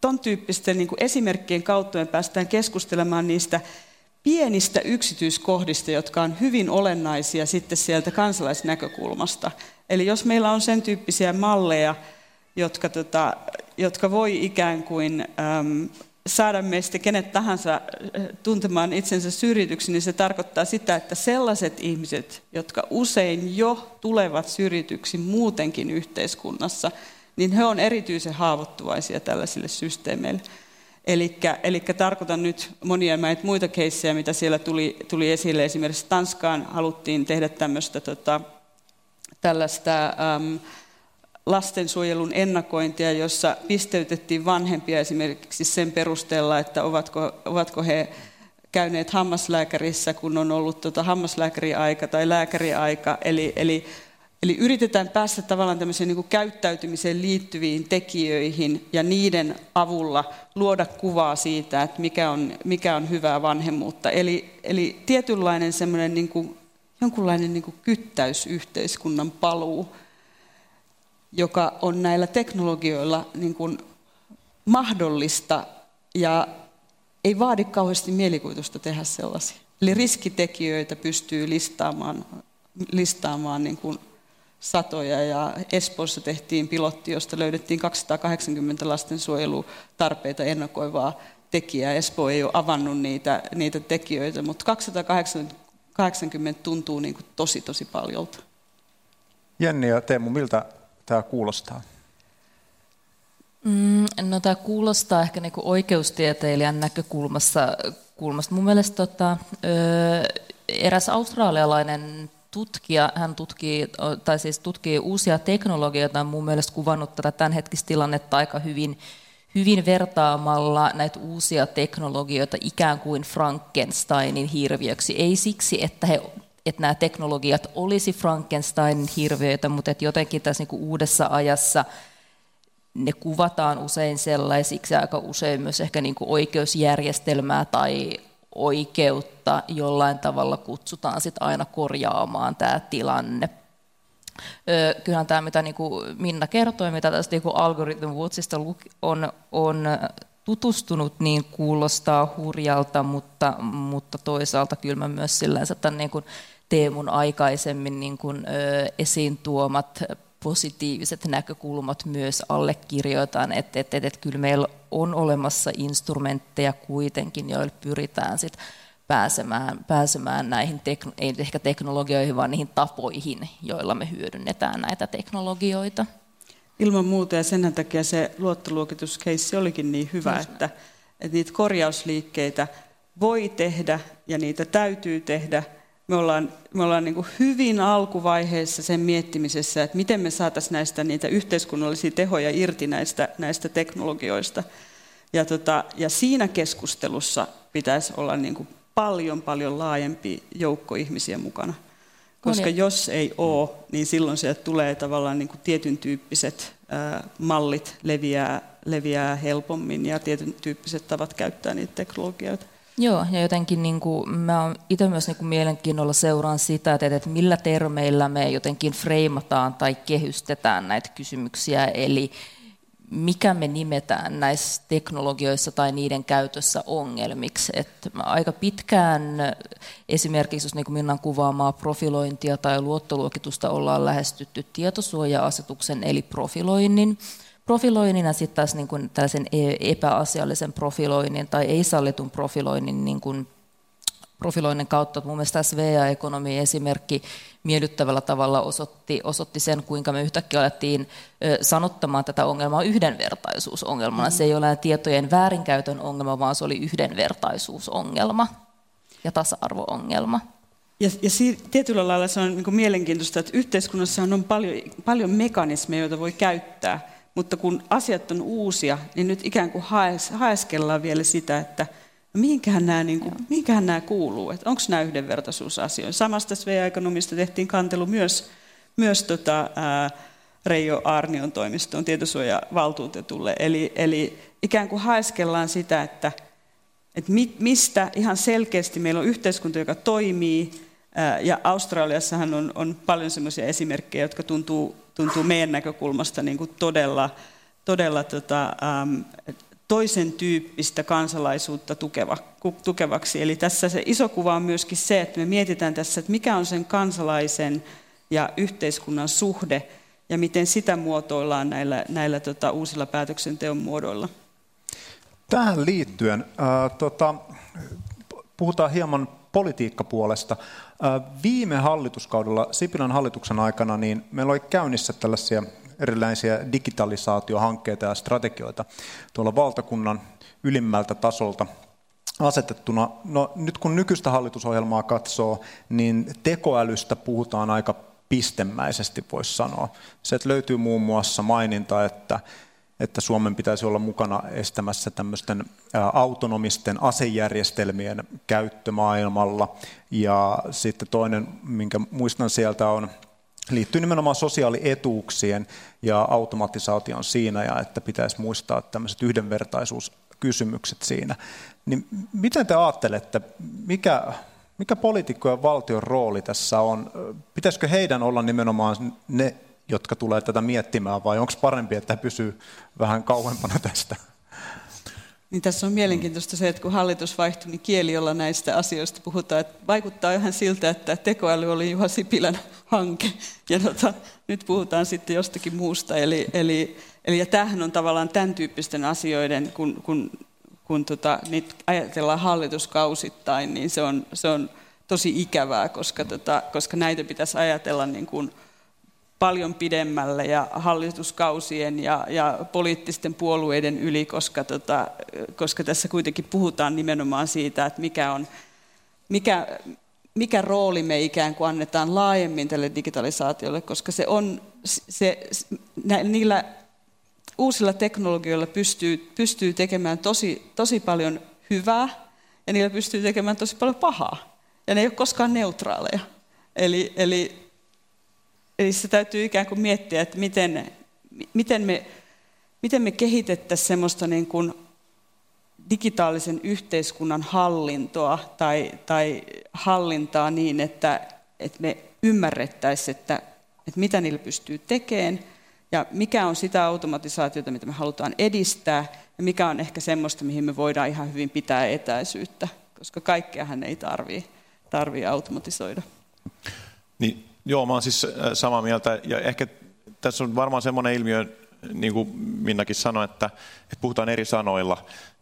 ton tyyppisten niin kuin esimerkkien kautta me päästään keskustelemaan niistä pienistä yksityiskohdista, jotka on hyvin olennaisia sitten sieltä kansalaisnäkökulmasta. Eli jos meillä on sen tyyppisiä malleja, jotka, tota, jotka voi ikään kuin äm, saada meistä kenet tahansa tuntemaan itsensä syrjityksi, niin se tarkoittaa sitä, että sellaiset ihmiset, jotka usein jo tulevat syrjityksi muutenkin yhteiskunnassa, niin he on erityisen haavoittuvaisia tällaisille systeemeille. Elikkä, elikkä tarkoitan nyt monia näitä muita keissejä, mitä siellä tuli, tuli esille. Esimerkiksi Tanskaan haluttiin tehdä tämmöistä tota, tällaista äm, lastensuojelun ennakointia, jossa pisteytettiin vanhempia esimerkiksi sen perusteella, että ovatko, ovatko he käyneet hammaslääkärissä, kun on ollut tota hammaslääkäriaika tai lääkäriaika. Eli, eli, eli yritetään päästä tavallaan tämmöiseen niin kuin käyttäytymiseen liittyviin tekijöihin ja niiden avulla luoda kuvaa siitä, että mikä on, mikä on hyvää vanhemmuutta. Eli, eli tietynlainen semmoinen niin kuin, jonkunlainen niin kuin kyttäysyhteiskunnan paluu, joka on näillä teknologioilla niin kuin mahdollista ja ei vaadi kauheasti mielikuvitusta tehdä sellaisia. Eli riskitekijöitä pystyy listaamaan, listaamaan niin kuin satoja ja Espoossa tehtiin pilotti, josta löydettiin kaksisataakahdeksankymmentä lastensuojelutarpeita ennakoivaa tekijää. Espoo ei ole avannut niitä, niitä tekijöitä, mutta kaksisataakahdeksankymmentä tuntuu niin kuin tosi tosi paljolta. Jenni ja Teemu, miltä tämä kuulostaa? Mm, no tämä kuulostaa ehkä niinku oikeustieteilijän näkökulmasta. Kulmasta. Mun mielestä tota, ö, eräs australialainen tutkija, hän tutkii, tai siis tutkii uusia teknologioita, on mun mielestä kuvannut tätä tämänhetkistä tilannetta aika hyvin, hyvin vertaamalla näitä uusia teknologioita ikään kuin Frankensteinin hirviöksi. Ei siksi, että he että nämä teknologiat olisi Frankensteinin hirviöitä, mutta että jotenkin tässä niin kuin uudessa ajassa ne kuvataan usein sellaisiksi ja aika usein myös ehkä niin kuin oikeusjärjestelmää tai oikeutta jollain tavalla kutsutaan sit aina korjaamaan tämä tilanne. Öö, kyllähän tämä, mitä niin kuin Minna kertoi, mitä tästä niin kuin Algorithm Watchista on, on tutustunut, niin kuulostaa hurjalta, mutta, mutta toisaalta kyllä mä myös sillänsä tämän niin kuin Teemun aikaisemmin niin kuin, ö, esiin tuomat positiiviset näkökulmat myös allekirjoitan, että et, et, et kyllä meillä on olemassa instrumentteja kuitenkin, joilla pyritään sit pääsemään, pääsemään näihin, tekno, ei ehkä teknologioihin, vaan niihin tapoihin, joilla me hyödynnetään näitä teknologioita. Ilman muuta, ja sen takia se luottoluokituskeissi olikin niin hyvä, mm. että, että niitä korjausliikkeitä voi tehdä ja niitä täytyy tehdä. Me ollaan, me ollaan niin kuin hyvin alkuvaiheessa sen miettimisessä, että miten me saataisiin näistä niitä yhteiskunnallisia tehoja irti näistä, näistä teknologioista. Ja, tota, ja siinä keskustelussa pitäisi olla niin kuin paljon, paljon laajempi joukko ihmisiä mukana. Koska jos ei ole, niin silloin sieltä tulee tavallaan niin kuin tietyn tyyppiset ää, mallit leviää, leviää helpommin ja tietyn tyyppiset tavat käyttää niitä teknologioita. Joo, ja jotenkin niin kuin, mä oon itse myös niin kuin mielenkiinnolla seuraan sitä, että, että millä termeillä me jotenkin freimataan tai kehystetään näitä kysymyksiä, eli mikä me nimetään näissä teknologioissa tai niiden käytössä ongelmiksi. Että aika pitkään esimerkiksi, jos niin kuin Minnan kuvaamaa profilointia tai luottoluokitusta ollaan lähestytty tietosuoja-asetuksen eli profiloinnin, profiloinnin ja sitten taas niin kuin tällaisen epäasiallisen profiloinnin tai ei-sallitun profiloinnin, niin kuin profiloinnin kautta. Mun mielestä S V A-ekonomin esimerkki miellyttävällä tavalla osoitti, osoitti sen, kuinka me yhtäkkiä alettiin sanottamaan tätä ongelmaa yhdenvertaisuusongelmana. Se ei ole tietojen väärinkäytön ongelma, vaan se oli yhdenvertaisuusongelma ja tasa-arvo-ongelma. Ja, ja si- tietyllä lailla se on niin kuin mielenkiintoista, että yhteiskunnassa on paljon, paljon mekanismeja, joita voi käyttää, mutta kun asiat on uusia, niin nyt ikään kuin haes, haeskellaan vielä sitä, että no mihinkähän nämä, niin kuin, mihinkähän nämä kuuluu, että onko nämä yhdenvertaisuusasioita. Samasta S V A-ekonomista tehtiin kantelu myös, myös tota, ää, Reijo Aarnion toimistoon tietosuojavaltuutetulle. Eli, eli ikään kuin haeskellaan sitä, että, että mistä ihan selkeästi meillä on yhteiskunta, joka toimii, ää, ja Australiassahan on, on paljon sellaisia esimerkkejä, jotka tuntuu, tuntuu meidän näkökulmasta niin kuin todella, todella tota, äm, toisen tyyppistä kansalaisuutta tukeva, tukevaksi. Eli tässä se iso kuva on myöskin se, että me mietitään tässä, että mikä on sen kansalaisen ja yhteiskunnan suhde ja miten sitä muotoillaan näillä, näillä tota, uusilla päätöksenteon muodoilla. Tähän liittyen äh, tota, puhutaan hieman politiikkapuolesta. Äh, viime hallituskaudella Sipilän hallituksen aikana niin meillä oli käynnissä tällaisia erilaisia digitalisaatiohankkeita ja strategioita tuolla valtakunnan ylimmältä tasolta asetettuna. No, nyt kun nykyistä hallitusohjelmaa katsoo, niin tekoälystä puhutaan aika pistemäisesti, voisi sanoa. Se, että löytyy muun muassa maininta, että, että Suomen pitäisi olla mukana estämässä tämmöisten autonomisten asejärjestelmien käyttö maailmalla. Ja sitten toinen, minkä muistan sieltä on, liittyy nimenomaan sosiaalietuuksien ja automatisaation siinä, ja että pitäisi muistaa tämmöiset yhdenvertaisuuskysymykset siinä. Niin miten te ajattelette, mikä, mikä poliitikkojen valtion rooli tässä on? Pitäisikö heidän olla nimenomaan ne, jotka tulee tätä miettimään, vai onko parempi, että he pysyy vähän kauempana tästä? Niin tässä on mielenkiintoista se, että kun hallitus vaihtui, niin kieli, jolla näistä asioista puhutaan, että vaikuttaa ihan siltä, että tekoäly oli Juha Sipilän hanke, ja tota, nyt puhutaan sitten jostakin muusta. Eli, eli, eli ja tämähän on tavallaan tämän tyyppisten asioiden, kun, kun, kun tota, niitä ajatellaan hallituskausittain, niin se on, se on tosi ikävää, koska, tota, koska näitä pitäisi ajatella niin kuin paljon pidemmälle ja hallituskausien ja, ja poliittisten puolueiden yli, koska, tota, koska tässä kuitenkin puhutaan nimenomaan siitä, että mikä, on, mikä, mikä rooli me ikään kuin annetaan laajemmin tälle digitalisaatiolle, koska se on, se, nä, niillä uusilla teknologioilla pystyy, pystyy tekemään tosi, tosi paljon hyvää ja niillä pystyy tekemään tosi paljon pahaa ja ne ei ole koskaan neutraaleja. Eli, eli Eli se täytyy ikään kuin miettiä, että miten, miten me, miten me kehitettäisiin semmoista niin kuin digitaalisen yhteiskunnan hallintoa tai, tai hallintaa niin, että, että me ymmärrettäisiin, että, että mitä niillä pystyy tekemään ja mikä on sitä automatisaatiota, mitä me halutaan edistää ja mikä on ehkä semmoista, mihin me voidaan ihan hyvin pitää etäisyyttä, koska kaikkeahan ei tarvitse tarvitse automatisoida. Niin. Joo, mä oon siis samaa mieltä ja ehkä tässä on varmaan semmoinen ilmiö, niin kuin Minnakin sanoi, että, että puhutaan eri sanoilla.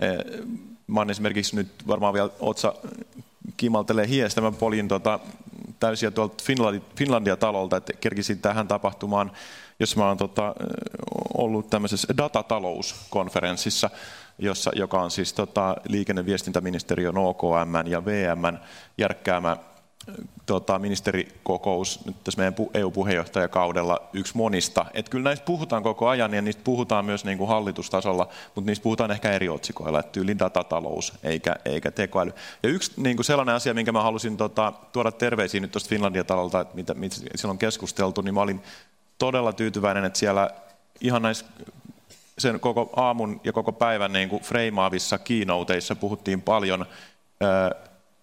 Mä oon esimerkiksi nyt varmaan vielä otsa kimaltelee hiestä, mä poljin tuota, täysiä tuolta Finlandia-talolta, että kerkisin tähän tapahtumaan, jos mä oon tota, ollut tämmöisessä datatalouskonferenssissa, jossa, joka on siis tota, liikenne- ja viestintäministeriön O K M ja V M järkkäämä Tota, ministerikokous nyt tässä meidän E U-puheenjohtajakaudella yksi monista. Että kyllä näistä puhutaan koko ajan ja niistä puhutaan myös niin kuin hallitustasolla, mutta niistä puhutaan ehkä eri otsikoilla, että tyyli datatalous eikä, eikä tekoäly. Ja yksi niin kuin sellainen asia, minkä mä halusin tota, tuoda terveisiin nyt tuosta Finlandia-talolta, että mitä, mitä siellä on keskusteltu, niin mä olin todella tyytyväinen, että siellä ihan näissä sen koko aamun ja koko päivän niin kuin freimaavissa keynoteissa puhuttiin paljon ää,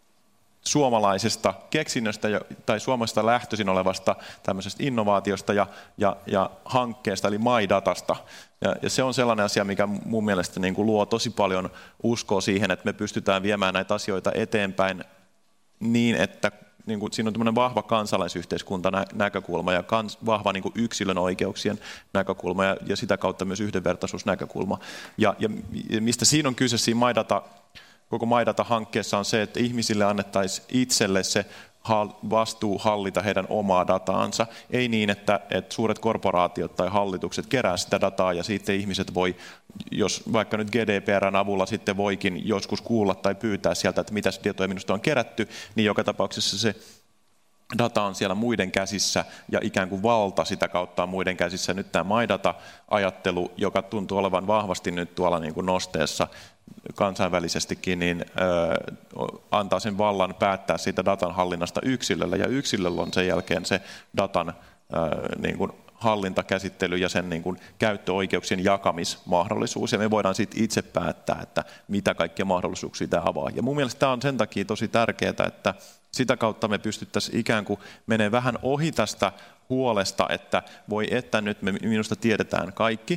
suomalaisesta keksinnöstä tai Suomesta lähtöisin olevasta tämmöisestä innovaatiosta ja, ja, ja hankkeesta, eli MyDatasta. Ja, ja se on sellainen asia, mikä mun mielestä niin kuin luo tosi paljon uskoa siihen, että me pystytään viemään näitä asioita eteenpäin niin, että niin kuin, siinä on tämmöinen vahva kansalaisyhteiskunta näkökulma ja kans, vahva niin kuin yksilön oikeuksien näkökulma ja, ja sitä kautta myös yhdenvertaisuusnäkökulma. Ja, ja, ja mistä siinä on kyse siinä MyData Koko MyData-hankkeessa on se, että ihmisille annettaisiin itselle se vastuu hallita heidän omaa dataansa. Ei niin, että, että suuret korporaatiot tai hallitukset kerää sitä dataa ja sitten ihmiset voi, jos vaikka nyt G D P R:n avulla sitten voikin joskus kuulla tai pyytää sieltä, että mitä tietoja minusta on kerätty, niin joka tapauksessa se data on siellä muiden käsissä ja ikään kuin valta sitä kautta on muiden käsissä. Nyt tämä MyData-ajattelu, joka tuntuu olevan vahvasti nyt tuolla niin kuin nosteessa kansainvälisestikin, niin ö, antaa sen vallan päättää siitä datan hallinnasta yksilölle, ja yksilöllä on sen jälkeen se datan ö, niin kuin hallintakäsittely ja sen niin kuin käyttöoikeuksien jakamismahdollisuus, ja me voidaan sitten itse päättää, että mitä kaikkia mahdollisuuksia tämä avaa. Ja mun mielestä tämä on sen takia tosi tärkeää, että sitä kautta me pystyttäisiin ikään kuin menee vähän ohi tästä huolesta, että voi että nyt me minusta tiedetään kaikki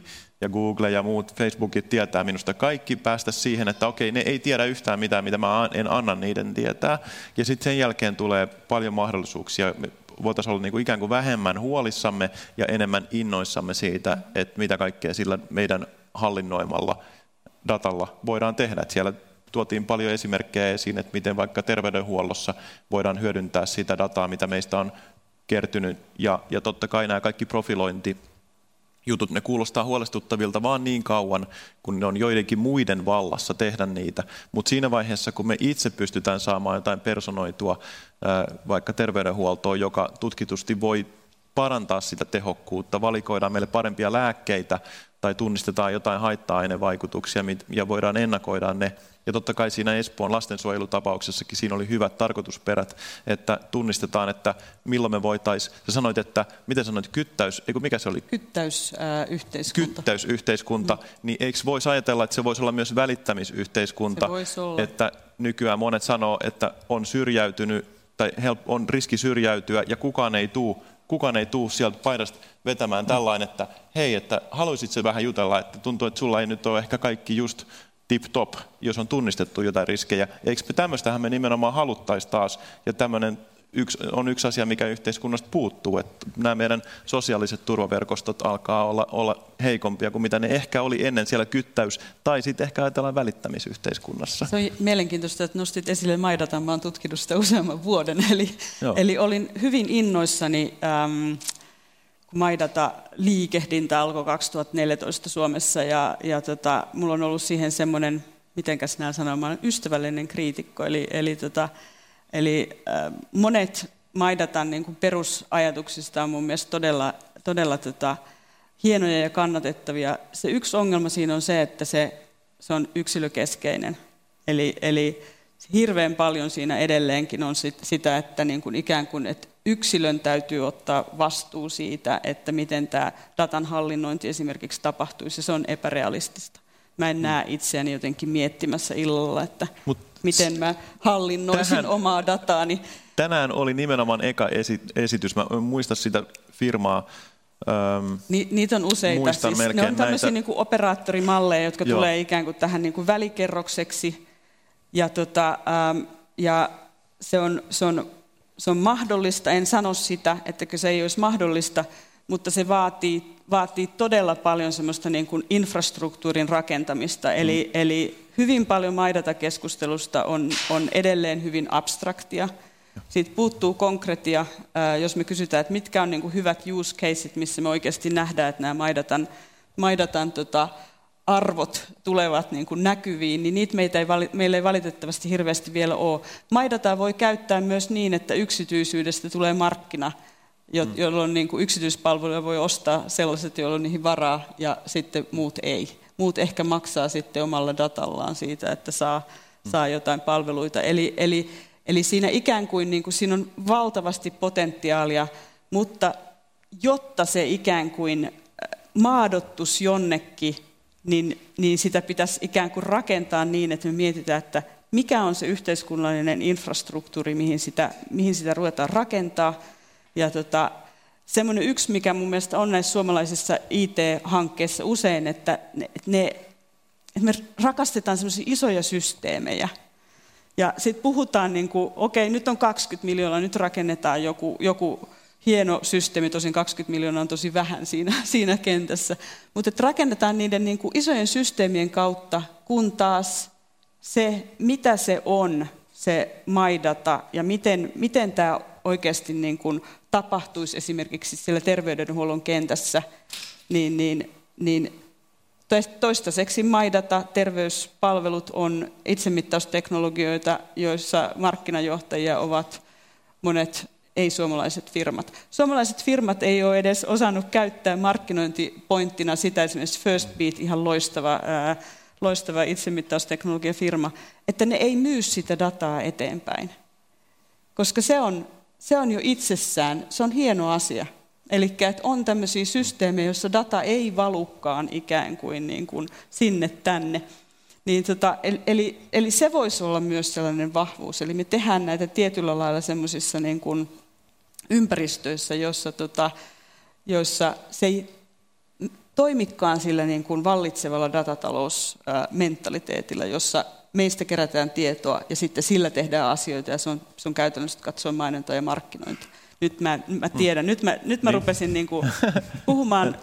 ja Google ja muut Facebookit tietää minusta kaikki, päästä siihen, että okei, ne ei tiedä yhtään mitään, mitä mä en anna niiden tietää. Ja sitten sen jälkeen tulee paljon mahdollisuuksia. Me voitaisiin olla niin kuin ikään kuin vähemmän huolissamme ja enemmän innoissamme siitä, että mitä kaikkea sillä meidän hallinnoimalla datalla voidaan tehdä. Että siellä tuotiin paljon esimerkkejä esiin, että miten vaikka terveydenhuollossa voidaan hyödyntää sitä dataa, mitä meistä on kertynyt. Ja, ja totta kai nämä kaikki profilointijutut, ne kuulostaa huolestuttavilta vaan niin kauan, kun ne on joidenkin muiden vallassa tehdä niitä. Mutta siinä vaiheessa, kun me itse pystytään saamaan jotain personoitua vaikka terveydenhuoltoon, joka tutkitusti voi parantaa sitä tehokkuutta, valikoidaan meille parempia lääkkeitä tai tunnistetaan jotain haitta-ainevaikutuksia ja voidaan ennakoida ne. Ja totta kai siinä Espoon lastensuojelutapauksessakin siinä oli hyvät tarkoitusperät, että tunnistetaan, että milloin me voitaisiin, sä sanoit, että, miten sanoit, kyttäys, eikö mikä se oli? Kyttäysyhteiskunta. Kyttäysyhteiskunta, mm. niin eikö voisi ajatella, että se voisi olla myös välittämisyhteiskunta, että nykyään monet sanoo, että on syrjäytynyt tai on riski syrjäytyä ja kukaan ei tule Kukaan ei tule sieltä paidasta vetämään tällainen, että hei, että haluaisit se vähän jutella, että tuntuu, että sulla ei nyt ole ehkä kaikki just tip-top, jos on tunnistettu jotain riskejä. Ja eikö me tämmöistähän me nimenomaan haluttaisiin taas, ja tämmöinen yksi, on yksi asia, mikä yhteiskunnasta puuttuu, että nämä meidän sosiaaliset turvaverkostot alkaa olla, olla heikompia kuin mitä ne ehkä oli ennen siellä kyttäys, tai sitten ehkä ajatellaan välittämisyhteiskunnassa. Se on mielenkiintoista, että nostit esille MyDatan, mä oon tutkinut sitä useamman vuoden, eli, eli olin hyvin innoissani, äm, kun MyData-liikehdintä alkoi kaksituhattaneljätoista Suomessa, ja, ja tota, mulla on ollut siihen semmoinen, mitenkäs nämä sanoo, mä olen ystävällinen kriitikko, eli, eli tota, Eli äh, monet MyDatan niin kuin perusajatuksista on mun mielestä todella, todella tota, hienoja ja kannatettavia. Se yksi ongelma siinä on se, että se, se on yksilökeskeinen. Eli, eli hirveän paljon siinä edelleenkin on sit, sitä, että niin kuin ikään kuin että yksilön täytyy ottaa vastuu siitä, että miten tämä datan hallinnointi esimerkiksi tapahtuisi. Se on epärealistista. Mä en näe itseäni jotenkin miettimässä illalla, että Mut miten mä hallinnoisin tähän, omaa dataani. Tänään oli nimenomaan eka esitys. Mä muistan sitä firmaa. Ähm, Ni, niitä on useita. Siis ne on tämmöisiä niin kuin operaattorimalleja, jotka Joo. tulee ikään kuin tähän niin kuin välikerrokseksi. Ja, tota, ähm, ja se, on, se, on, se on mahdollista. En sano sitä, että se ei olisi mahdollista, mutta se vaatii, vaatii todella paljon semmoista niin kuin infrastruktuurin rakentamista. Mm. Eli, eli hyvin paljon MyData-keskustelusta on, on edelleen hyvin abstraktia. Siitä puuttuu konkretia, jos me kysytään, että mitkä on niin kuin hyvät use caseit, missä me oikeasti nähdään, että nämä MyDatan, MyDatan tota, arvot tulevat niin kuin näkyviin, niin niitä meitä ei, meillä ei valitettavasti hirveästi vielä ole. MyDataa voi käyttää myös niin, että yksityisyydestä tulee markkina, jolloin niin kuin yksityispalveluja voi ostaa sellaiset, joilla on niihin varaa, ja sitten muut ei. Muut ehkä maksaa sitten omalla datallaan siitä, että saa, saa jotain palveluita. Eli, eli, eli siinä ikään kuin, niin kuin siinä on valtavasti potentiaalia, mutta jotta se ikään kuin maadottuisi jonnekin, niin, niin sitä pitäisi ikään kuin rakentaa niin, että me mietitään, että mikä on se yhteiskunnallinen infrastruktuuri, mihin sitä, mihin sitä ruvetaan rakentaa. Ja tota, semmoinen yksi, mikä mun mielestä on näissä suomalaisissa I T-hankkeissa usein, että, ne, ne, että me rakastetaan semmoisia isoja systeemejä. Ja sitten puhutaan, niin kuin, okei, nyt on kaksikymmentä miljoonaa, nyt rakennetaan joku, joku hieno systeemi, tosin kaksikymmentä miljoonaa on tosi vähän siinä, siinä kentässä. Mutta että rakennetaan niiden niin kuin isojen systeemien kautta, kun taas se, mitä se on, se MyData, ja miten, miten tämä oikeasti niin kuin tapahtuisi esimerkiksi siellä terveydenhuollon kentässä, niin, niin, niin toistaiseksi MyData, terveyspalvelut on itsemittausteknologioita, joissa markkinajohtajia ovat monet ei-suomalaiset firmat. Suomalaiset firmat ei ole edes osannut käyttää markkinointipointtina sitä, esimerkiksi FirstBeat, ihan loistava, ää, loistava itsemittausteknologiafirma, että ne ei myy sitä dataa eteenpäin, koska se on Se on jo itsessään, se on hieno asia. Eli että on tämmöisiä systeemejä, joissa data ei valukaan ikään kuin, niin kuin sinne tänne. Niin tota, eli, eli se voisi olla myös sellainen vahvuus. Eli me tehdään näitä tietyllä lailla semmoisissa niin kuin ympäristöissä, joissa, tota, joissa se ei, toimikaan sillä niin kuin vallitsevalla datatalousmentaliteetillä, jossa meistä kerätään tietoa ja sitten sillä tehdään asioita ja se on, se on käytännössä katsoa mainonta ja markkinointi. Nyt mä, mä tiedän, nyt mä, nyt mä niin. rupesin niin kuin puhumaan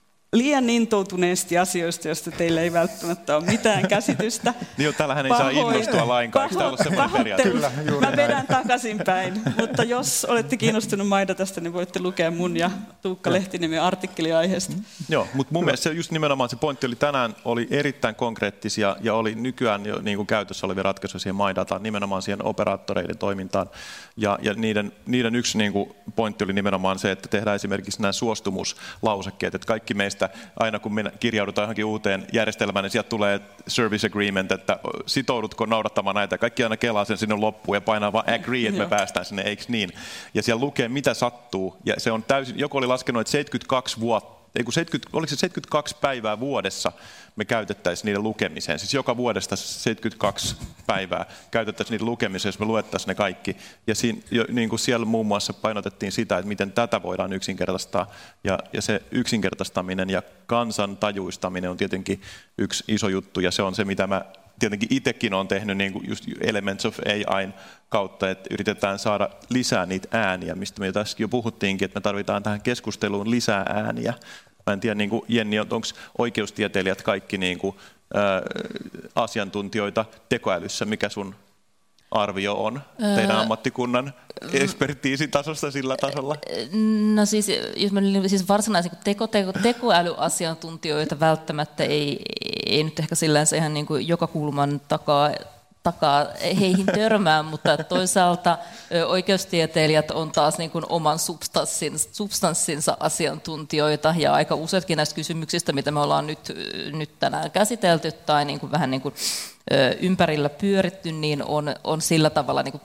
liian intoutuneesti asioista, joista teillä ei välttämättä ole mitään käsitystä. Niin, täällähän ei saa innostua lainkaan. Eikö tämä ollut semmoinen periaate? Kyllä, mä vedän takaisinpäin, mutta jos olette kiinnostunut MyDatasta, niin voitte lukea mun ja Tuukka Lehtiniemen artikkeli aiheesta. Joo, mutta mun mielestä se just nimenomaan se pointti oli tänään oli erittäin konkreettisia ja oli nykyään jo niin kuin käytössä olevia ratkaisuja siihen MyDataan, nimenomaan siihen operaattoreiden toimintaan. Ja, ja niiden, niiden yksi niin kuin pointti oli nimenomaan se, että tehdään esimerkiksi nämä suostumuslausekkeet, että kaikki meistä aina kun me kirjaudutaan johonkin uuteen järjestelmään, niin sieltä tulee service agreement, että sitoudutko noudattamaan näitä. Kaikki aina kelaa sen sinne loppuun ja painaa vaan agree, että me päästään sinne, eikö niin? Ja siellä lukee, mitä sattuu. Ja se on täysin, joku oli laskenut, että seitsemänkymmentäkaksi vuotta, ei kun seitsemänkymmentä, oliko se seitsemänkymmentäkaksi päivää vuodessa me käytettäisiin niiden lukemiseen. Siis joka vuodesta seitsemänkymmentäkaksi päivää käytettäisiin niiden lukemiseen, jos me luettaisiin ne kaikki. Ja siinä, niin kuin siellä muun muassa painotettiin sitä, että miten tätä voidaan yksinkertaistaa. Ja, ja se yksinkertaistaminen ja kansan tajuistaminen on tietenkin yksi iso juttu. Ja se on se, mitä mä tietenkin itsekin olen tehnyt niin kuin just Elements of A I:n kautta, että yritetään saada lisää niitä ääniä, mistä me jo tässäkin jo puhuttiinkin, että me tarvitaan tähän keskusteluun lisää ääniä. Mä en tiedä, niin kuin Jenni, onko oikeustieteilijät kaikki niin kuin, ää, asiantuntijoita tekoälyssä, mikä sun arvio on teidän ammattikunnan ekspertiisitasosta sillä tasolla? No siis, jos mä, siis varsinaisia teko, teko, tekoälyasiantuntijoita välttämättä ei, ei nyt ehkä sillänsä ihan niin kuin joka kulman takaa, takaa heihin törmää, mutta toisaalta oikeustieteilijät on taas niin kuin oman substanssinsa, substanssinsa asiantuntijoita ja aika useatkin näistä kysymyksistä, mitä me ollaan nyt, nyt tänään käsitelty tai niin kuin vähän niin kuin ympärillä pyöritty, niin on, on sillä tavalla niin kuin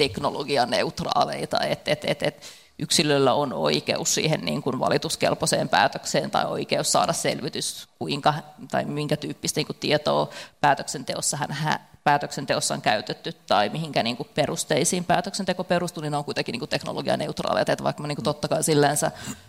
teknologianeutraaleita, että et, et, et yksilöllä on oikeus siihen niin kuin valituskelpoiseen päätökseen tai oikeus saada selvitys, kuinka tai minkä tyyppistä niin kuin tietoa päätöksenteossa hän päätöksenteossa on käytetty tai mihinkä niin kuin perusteisiin päätöksenteko perustuu, niin ne on kuitenkin niin kuin teknologianeutraaleita. Että vaikka mä niin kuin totta kai sillänsä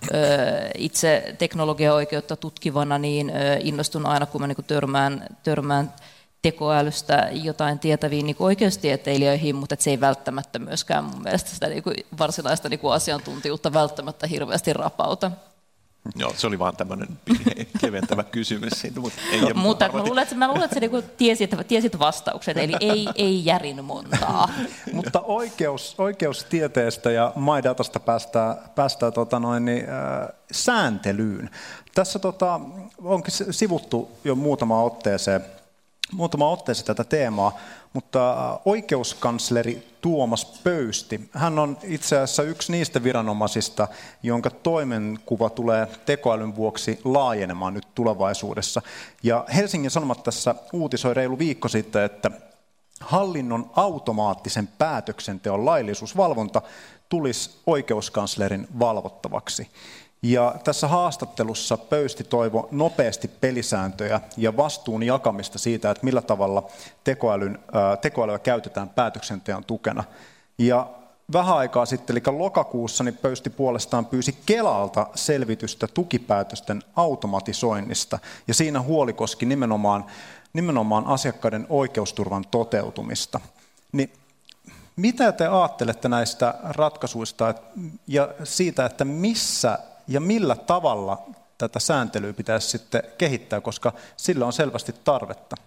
itse teknologiaoikeutta tutkivana niin innostun aina, kun mä niin kuin törmään, törmään tekoälystä jotain tietäviin niin kuin oikeustieteilijöihin, mutta se ei välttämättä myöskään mun mielestä sitä niin kuin varsinaista niin kuin asiantuntijuutta välttämättä hirveästi rapauta. Joo, se oli vaan tämmöinen keventävä kysymys siitä, mutta ei. Mutta mä luulen, että, mä luulen, että sä niinku tiesit, tiesit vastauksen, eli ei, ei järin montaa. Mutta oikeus, oikeustieteestä ja MyDatasta päästään, päästään tota noin, niin, äh, sääntelyyn. Tässä tota, onkin sivuttu jo muutama otteeseen, muutama otteeseen tätä teemaa, mutta oikeuskansleri Tuomas Pöysti, hän on itse asiassa yksi niistä viranomaisista, jonka toimenkuva tulee tekoälyn vuoksi laajenemaan nyt tulevaisuudessa. Ja Helsingin Sanomat tässä uutisoi reilu viikko sitten, että hallinnon automaattisen päätöksenteon laillisuusvalvonta tulisi oikeuskanslerin valvottavaksi. Ja tässä haastattelussa Pöysti toivoi nopeasti pelisääntöjä ja vastuun jakamista siitä, että millä tavalla tekoälyn, ää, tekoälyä käytetään päätöksenteon tukena. Ja vähän aikaa sitten, eli lokakuussa, niin Pöysti puolestaan pyysi Kelalta selvitystä tukipäätösten automatisoinnista. Ja siinä huoli koski nimenomaan, nimenomaan asiakkaiden oikeusturvan toteutumista. Niin mitä te ajattelette näistä ratkaisuista ja siitä, että missä ja millä tavalla tätä sääntelyä pitäisi sitten kehittää, koska sillä on selvästi tarvetta?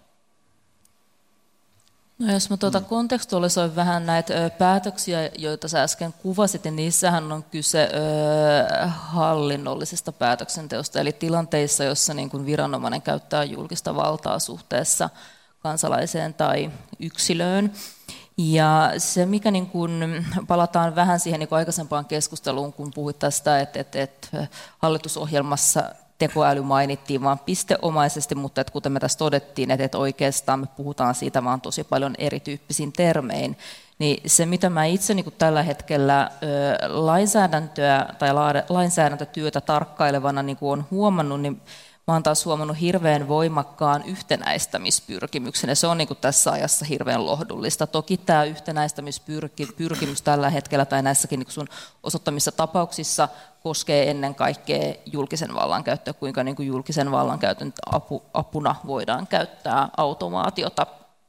No jos mä tuota kontekstualisoin vähän näitä päätöksiä, joita sä äsken kuvasit, niin niissähän on kyse hallinnollisesta päätöksenteosta, eli tilanteissa, jossa niin kuin viranomainen käyttää julkista valtaa suhteessa kansalaiseen tai yksilöön. Ja se, mikä niin kun, palataan vähän siihen niin aikaisempaan keskusteluun, kun puhuit tästä, että, että, että hallitusohjelmassa tekoäly mainittiin vaan pisteomaisesti, mutta että kuten me tässä todettiin, että, että oikeastaan me puhutaan siitä vaan tosi paljon erityyppisin termein, niin se, mitä mä itse niin tällä hetkellä lainsäädäntöä tai lainsäädäntötyötä tarkkailevana niin on huomannut, niin mä oon taas huomannut hirveän voimakkaan yhtenäistämispyrkimyksen, ja se on niin kuin tässä ajassa hirveän lohdullista. Toki tämä yhtenäistämispyrkimys tällä hetkellä tai näissäkin niin sun osoittamissa tapauksissa koskee ennen kaikkea julkisen vallankäyttöä, kuinka niin kuin julkisen vallankäytön apu, apuna voidaan käyttää automaatiota.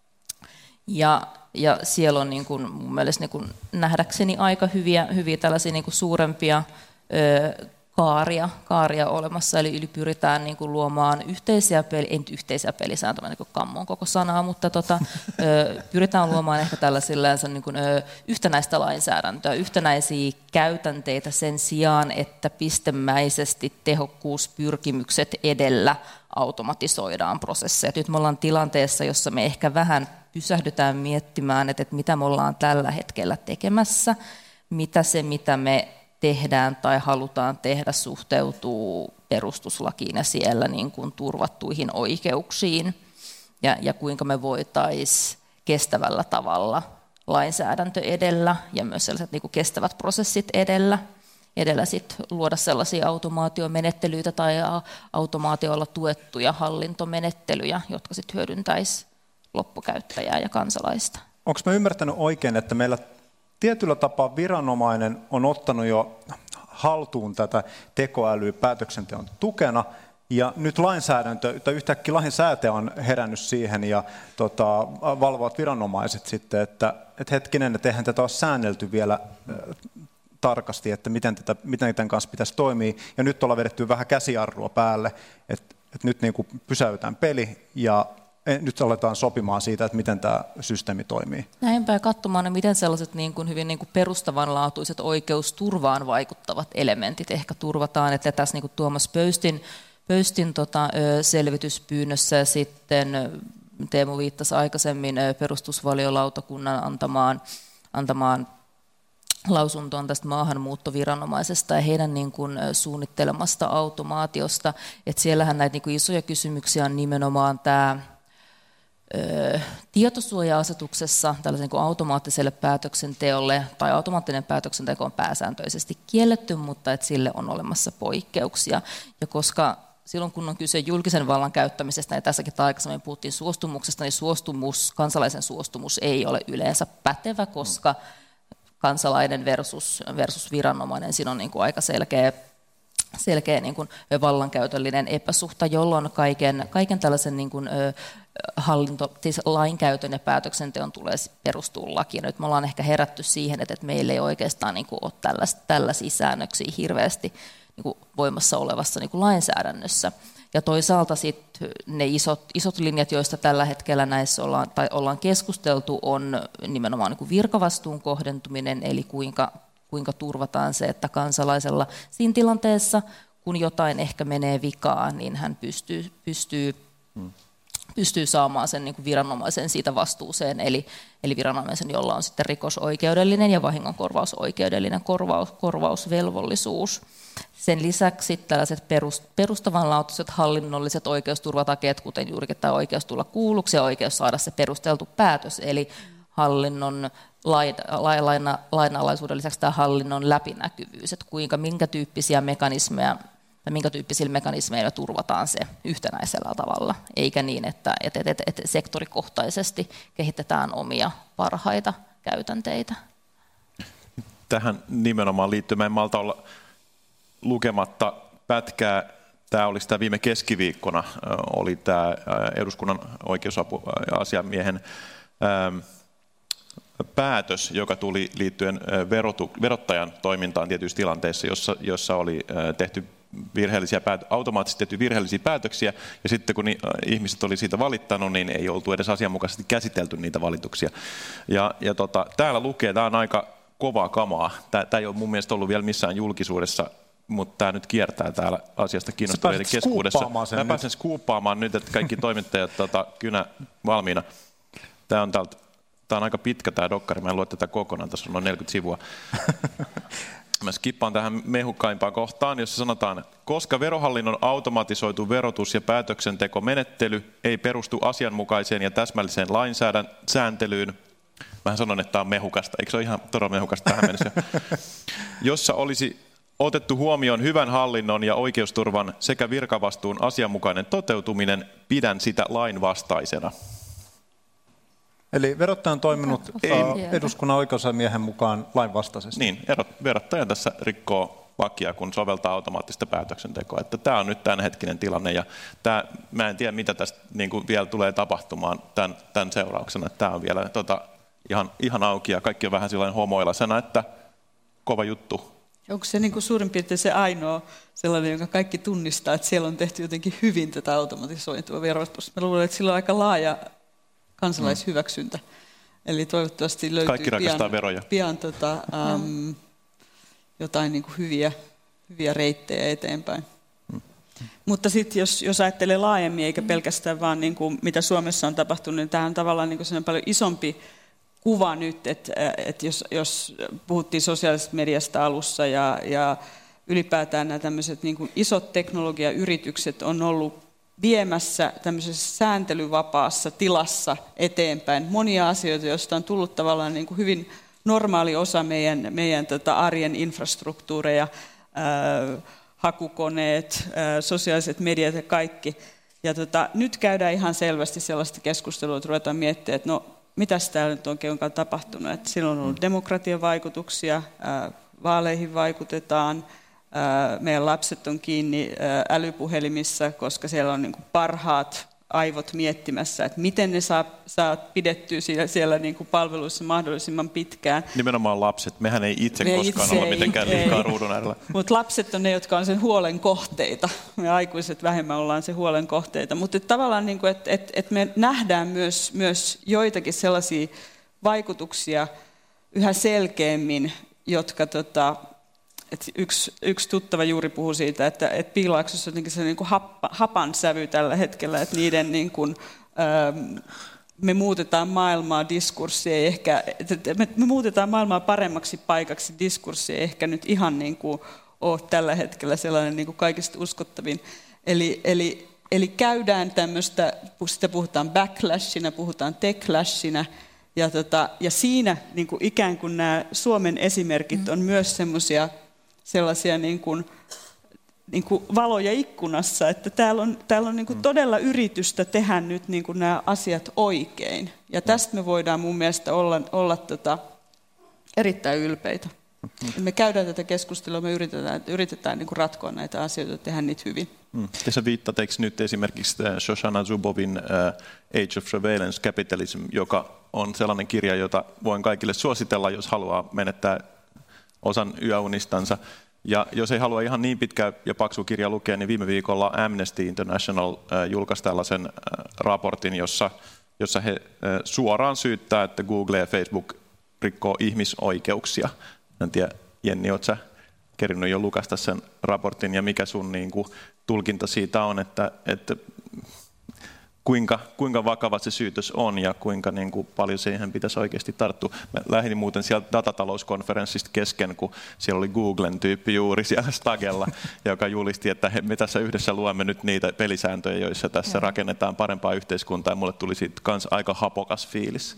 Ja, ja siellä on niin kuin, mun mielestä niin kuin nähdäkseni aika hyviä, hyviä tällaisia niin kuin suurempia ö, kaaria, kaaria olemassa, eli yli pyritään niin kuin luomaan yhteisiä, peli, ei nyt yhteisiä pelisääntöjä, niin kuin kammon koko sanaa, mutta tota, ö, pyritään luomaan ehkä tällaisilla niin kuin, ö, yhtenäistä lainsäädäntöä, yhtenäisiä käytänteitä sen sijaan, että pistemäisesti tehokkuuspyrkimykset edellä automatisoidaan prosesseja. Nyt me ollaan tilanteessa, jossa me ehkä vähän pysähdytään miettimään, että, että mitä me ollaan tällä hetkellä tekemässä, mitä se, mitä me tehdään tai halutaan tehdä, suhteutuu perustuslakiin ja siellä niin kuin turvattuihin oikeuksiin, ja, ja kuinka me voitaisiin kestävällä tavalla lainsäädäntö edellä ja myös sellaiset niin kuin kestävät prosessit edellä, edellä sit luoda sellaisia automaatiomenettelyitä tai automaatioilla tuettuja hallintomenettelyjä, jotka sit hyödyntäisi loppukäyttäjää ja kansalaista. Onko mä ymmärtänyt oikein, että meillä tietyllä tapaa viranomainen on ottanut jo haltuun tätä tekoälyä päätöksenteon tukena, ja nyt lainsäädäntö, tai yhtäkkiä lainsäätäjä on herännyt siihen, ja tota, valvovat viranomaiset sitten, että, että hetkinen, että eihän tätä ole säännelty vielä äh, tarkasti, että miten, tätä, miten tämän kanssa pitäisi toimia, ja nyt ollaan vedetty vähän käsijarrua päälle, että, että nyt niin kuin pysäytään peli, ja nyt aletaan sopimaan siitä, että miten tämä systeemi toimii. Näinpä katsomaan, miten sellaiset niin kuin hyvin niin kuin perustavanlaatuiset oikeusturvaan vaikuttavat elementit ehkä turvataan. Että tässä niin kuin Tuomas Pöystin, Pöystin tota, selvityspyynnössä ja sitten Teemu viittasi aikaisemmin perustuslautakunnan antamaan, antamaan lausuntoon tästä maahanmuuttoviranomaisesta ja heidän niin kuin suunnittelemasta automaatiosta. Että siellähän näitä niin kuin isoja kysymyksiä on nimenomaan tämä tietosuoja-asetuksessa tällaisen kuin automaattiselle päätöksenteolle, tai automaattinen päätöksenteko on pääsääntöisesti kielletty, mutta että sille on olemassa poikkeuksia. Ja koska silloin kun on kyse julkisen vallan käyttämisestä, ja tässäkin aikaisemmin puhuttiin suostumuksesta, niin suostumus, kansalaisen suostumus ei ole yleensä pätevä, koska kansalainen versus, versus viranomainen, siinä on niin kuin aika selkeä selkeä niin kuin vallankäytöllinen epäsuhta, jolloin kaiken, kaiken tällaisen niin kuin, hallinto, siis lainkäytön ja päätöksenteon tulee perustua lakiin. Nyt me ollaan ehkä herätty siihen, että meillä ei oikeastaan niin kuin ole tällaisia, tällaisia säännöksiä hirveästi niin kuin voimassa olevassa niin kuin lainsäädännössä. Ja toisaalta sitten ne isot, isot linjat, joista tällä hetkellä näissä ollaan, tai ollaan keskusteltu, on nimenomaan niin kuin virkavastuun kohdentuminen, eli kuinka kuinka turvataan se, että kansalaisella siinä tilanteessa, kun jotain ehkä menee vikaan, niin hän pystyy, pystyy, hmm. pystyy saamaan sen niin kuin viranomaisen siitä vastuuseen, eli, eli viranomaisen, jolla on sitten rikosoikeudellinen ja vahingonkorvausoikeudellinen korvaus, korvausvelvollisuus. Sen lisäksi tällaiset perustavanlaatuiset hallinnolliset oikeusturvatakeet, kuten juurikin tämä oikeus tulla kuulluksi ja oikeus saada se perusteltu päätös, eli hallinnon laina, lainalaisuuden lisäksi tämä hallinnon läpinäkyvyys, että kuinka, minkä tyyppisiä mekanismeja tai minkä tyyppisillä mekanismeilla turvataan se yhtenäisellä tavalla, eikä niin, että, että, että, että sektorikohtaisesti kehitetään omia parhaita käytänteitä. Tähän nimenomaan liittyy, mä en malta olla lukematta pätkää. Tämä oli sitä viime keskiviikkona, oli tämä eduskunnan oikeusapuasiamiehen päätös, joka tuli liittyen verotu, verottajan toimintaan tietyissä tilanteissa, jossa, jossa oli tehty virheellisiä päät- automaattisesti tehty virheellisiä päätöksiä, ja sitten kun ihmiset oli siitä valittanut, niin ei oltu edes asianmukaisesti käsitelty niitä valituksia. Ja, ja tota, täällä lukee, tämä on aika kovaa kamaa, tämä, tämä ei ole mun mielestä ollut vielä missään julkisuudessa, mutta tämä nyt kiertää täällä asiasta kiinnostuneiden keskuudessa. Mä pääsen skuuppaamaan nyt, että kaikki toimittajat tota, kynä valmiina. Tämä on täältä. Tämä on aika pitkä tämä dokkari, mä en lue tätä kokonaan, tässä on noin neljäkymmentä sivua. Mä skippaan tähän mehukkaimpaan kohtaan, jossa sanotaan, koska verohallinnon automatisoitu verotus- ja päätöksentekomenettely ei perustu asianmukaiseen ja täsmälliseen lainsääntelyyn, mähän sanon, että tämä on mehukasta, eikö se ole ihan todella mehukasta tähän mennessä, jossa olisi otettu huomioon hyvän hallinnon ja oikeusturvan sekä virkavastuun asianmukainen toteutuminen, pidän sitä lainvastaisena. Eli verottaja on toiminut Ei. eduskunnan oikeusasiamiehen mukaan lainvastaisesti. Niin, verottaja tässä rikkoo lakia, kun soveltaa automaattista päätöksentekoa. Että tämä on nyt tämänhetkinen tilanne ja tämä, mä en tiedä, mitä tästä niin kuin vielä tulee tapahtumaan tämän, tämän seurauksena. Tämä on vielä tota, ihan, ihan auki ja kaikki on vähän sellainen homoilasena, että kova juttu. Onko se niin kuin suurin piirtein se ainoa sellainen, jonka kaikki tunnistaa, että siellä on tehty jotenkin hyvin tätä automatisointua verotusta? Mä luulen, että sillä on aika laaja kansalaishyväksyntä. Mm. Eli toivottavasti löytyy kaikki rakastaa pian, veroja. pian tota, um, jotain niin kuin hyviä, hyviä reittejä eteenpäin. Mm. Mutta sitten jos, jos ajattelee laajemmin, eikä pelkästään vaan niin kuin, mitä Suomessa on tapahtunut, niin tämä on tavallaan niin kuin paljon isompi kuva nyt, että, että jos, jos puhuttiin sosiaalisesta mediasta alussa ja, ja ylipäätään nämä tämmöiset niin kuin isot teknologiayritykset on ollut viemässä tämmöisessä sääntelyvapaassa tilassa eteenpäin monia asioita, joista on tullut tavallaan niin kuin hyvin normaali osa meidän, meidän tota arjen infrastruktuureja, ää, hakukoneet, ää, sosiaaliset mediat ja kaikki. Ja tota, nyt käydään ihan selvästi sellaista keskustelua, että ruvetaan miettimään, että no, mitäs täällä nyt oikein onkaan tapahtunut. Että silloin on ollut demokratian vaikutuksia, ää, vaaleihin vaikutetaan, ää, meidän lapset on kiinni ää, älypuhelimissa, koska siellä on niin kuin parhaat aivot miettimässä, että miten ne saa, saa pidettyä siellä, siellä niin kuin palveluissa mahdollisimman pitkään. Nimenomaan lapset. Mehän ei itse Me koskaan itse olla ei, mitenkään ei. liikaa ruudun äärellä. Mutta lapset on ne, jotka on sen huolen kohteita. Me aikuiset vähemmän ollaan se huolen kohteita. Mutta tavallaan, niin että et, et me nähdään myös, myös joitakin sellaisia vaikutuksia yhä selkeämmin, jotka... Tota, Et yksi, yksi tuttava juuri puhui siitä, että, että Piilaaksossa on jotenkin se niin kuin happa, hapan sävy tällä hetkellä, että niiden niin kuin, ähm, me muutetaan maailmaa, diskurssi ei ehkä, että me, me muutetaan maailmaa paremmaksi paikaksi, diskurssi ei ehkä nyt ihan niin kuin ole tällä hetkellä sellainen niin kuin kaikista uskottavin. Eli, eli, eli käydään tämmöistä, sitä puhutaan backlashina, puhutaan techlashina, ja, tota, ja siinä niin kuin ikään kuin nämä Suomen esimerkit on myös semmoisia sellaisia niin kuin, niin kuin valoja ikkunassa, että täällä on, täällä on niin kuin todella yritystä tehdä nyt niin kuin nämä asiat oikein. Ja tästä me voidaan mun mielestä olla, olla tota, erittäin ylpeitä. Me käydään tätä keskustelua, me yritetään, yritetään niin kuin ratkoa näitä asioita ja tehdä niitä hyvin. Hmm. Tässä viittateeksi nyt esimerkiksi Shoshana Zuboffin uh, Age of Surveillance Capitalism, joka on sellainen kirja, jota voin kaikille suositella, jos haluaa menettää osan yöunistansa. Ja jos ei halua ihan niin pitkä ja paksu kirja lukea, niin viime viikolla Amnesty International äh, julkaisi tällaisen äh, raportin, jossa, jossa he äh, suoraan syyttää, että Google ja Facebook rikkoo ihmisoikeuksia. En tiedä, Jenni, oletko sä kerinyt jo lukasta sen raportin ja mikä sun niin kuin, tulkinta siitä on, että, että kuinka, kuinka vakava se syytös on ja kuinka niin kuin, paljon siihen pitäisi oikeasti tarttua. Mä lähdin muuten sieltä datatalouskonferenssista kesken, kun siellä oli Googlen tyyppi juuri siellä stagella, joka julisti, että he, me tässä yhdessä luemme nyt niitä pelisääntöjä, joissa tässä ja. rakennetaan parempaa yhteiskuntaa, ja mulle tuli siitä kans aika hapokas fiilis.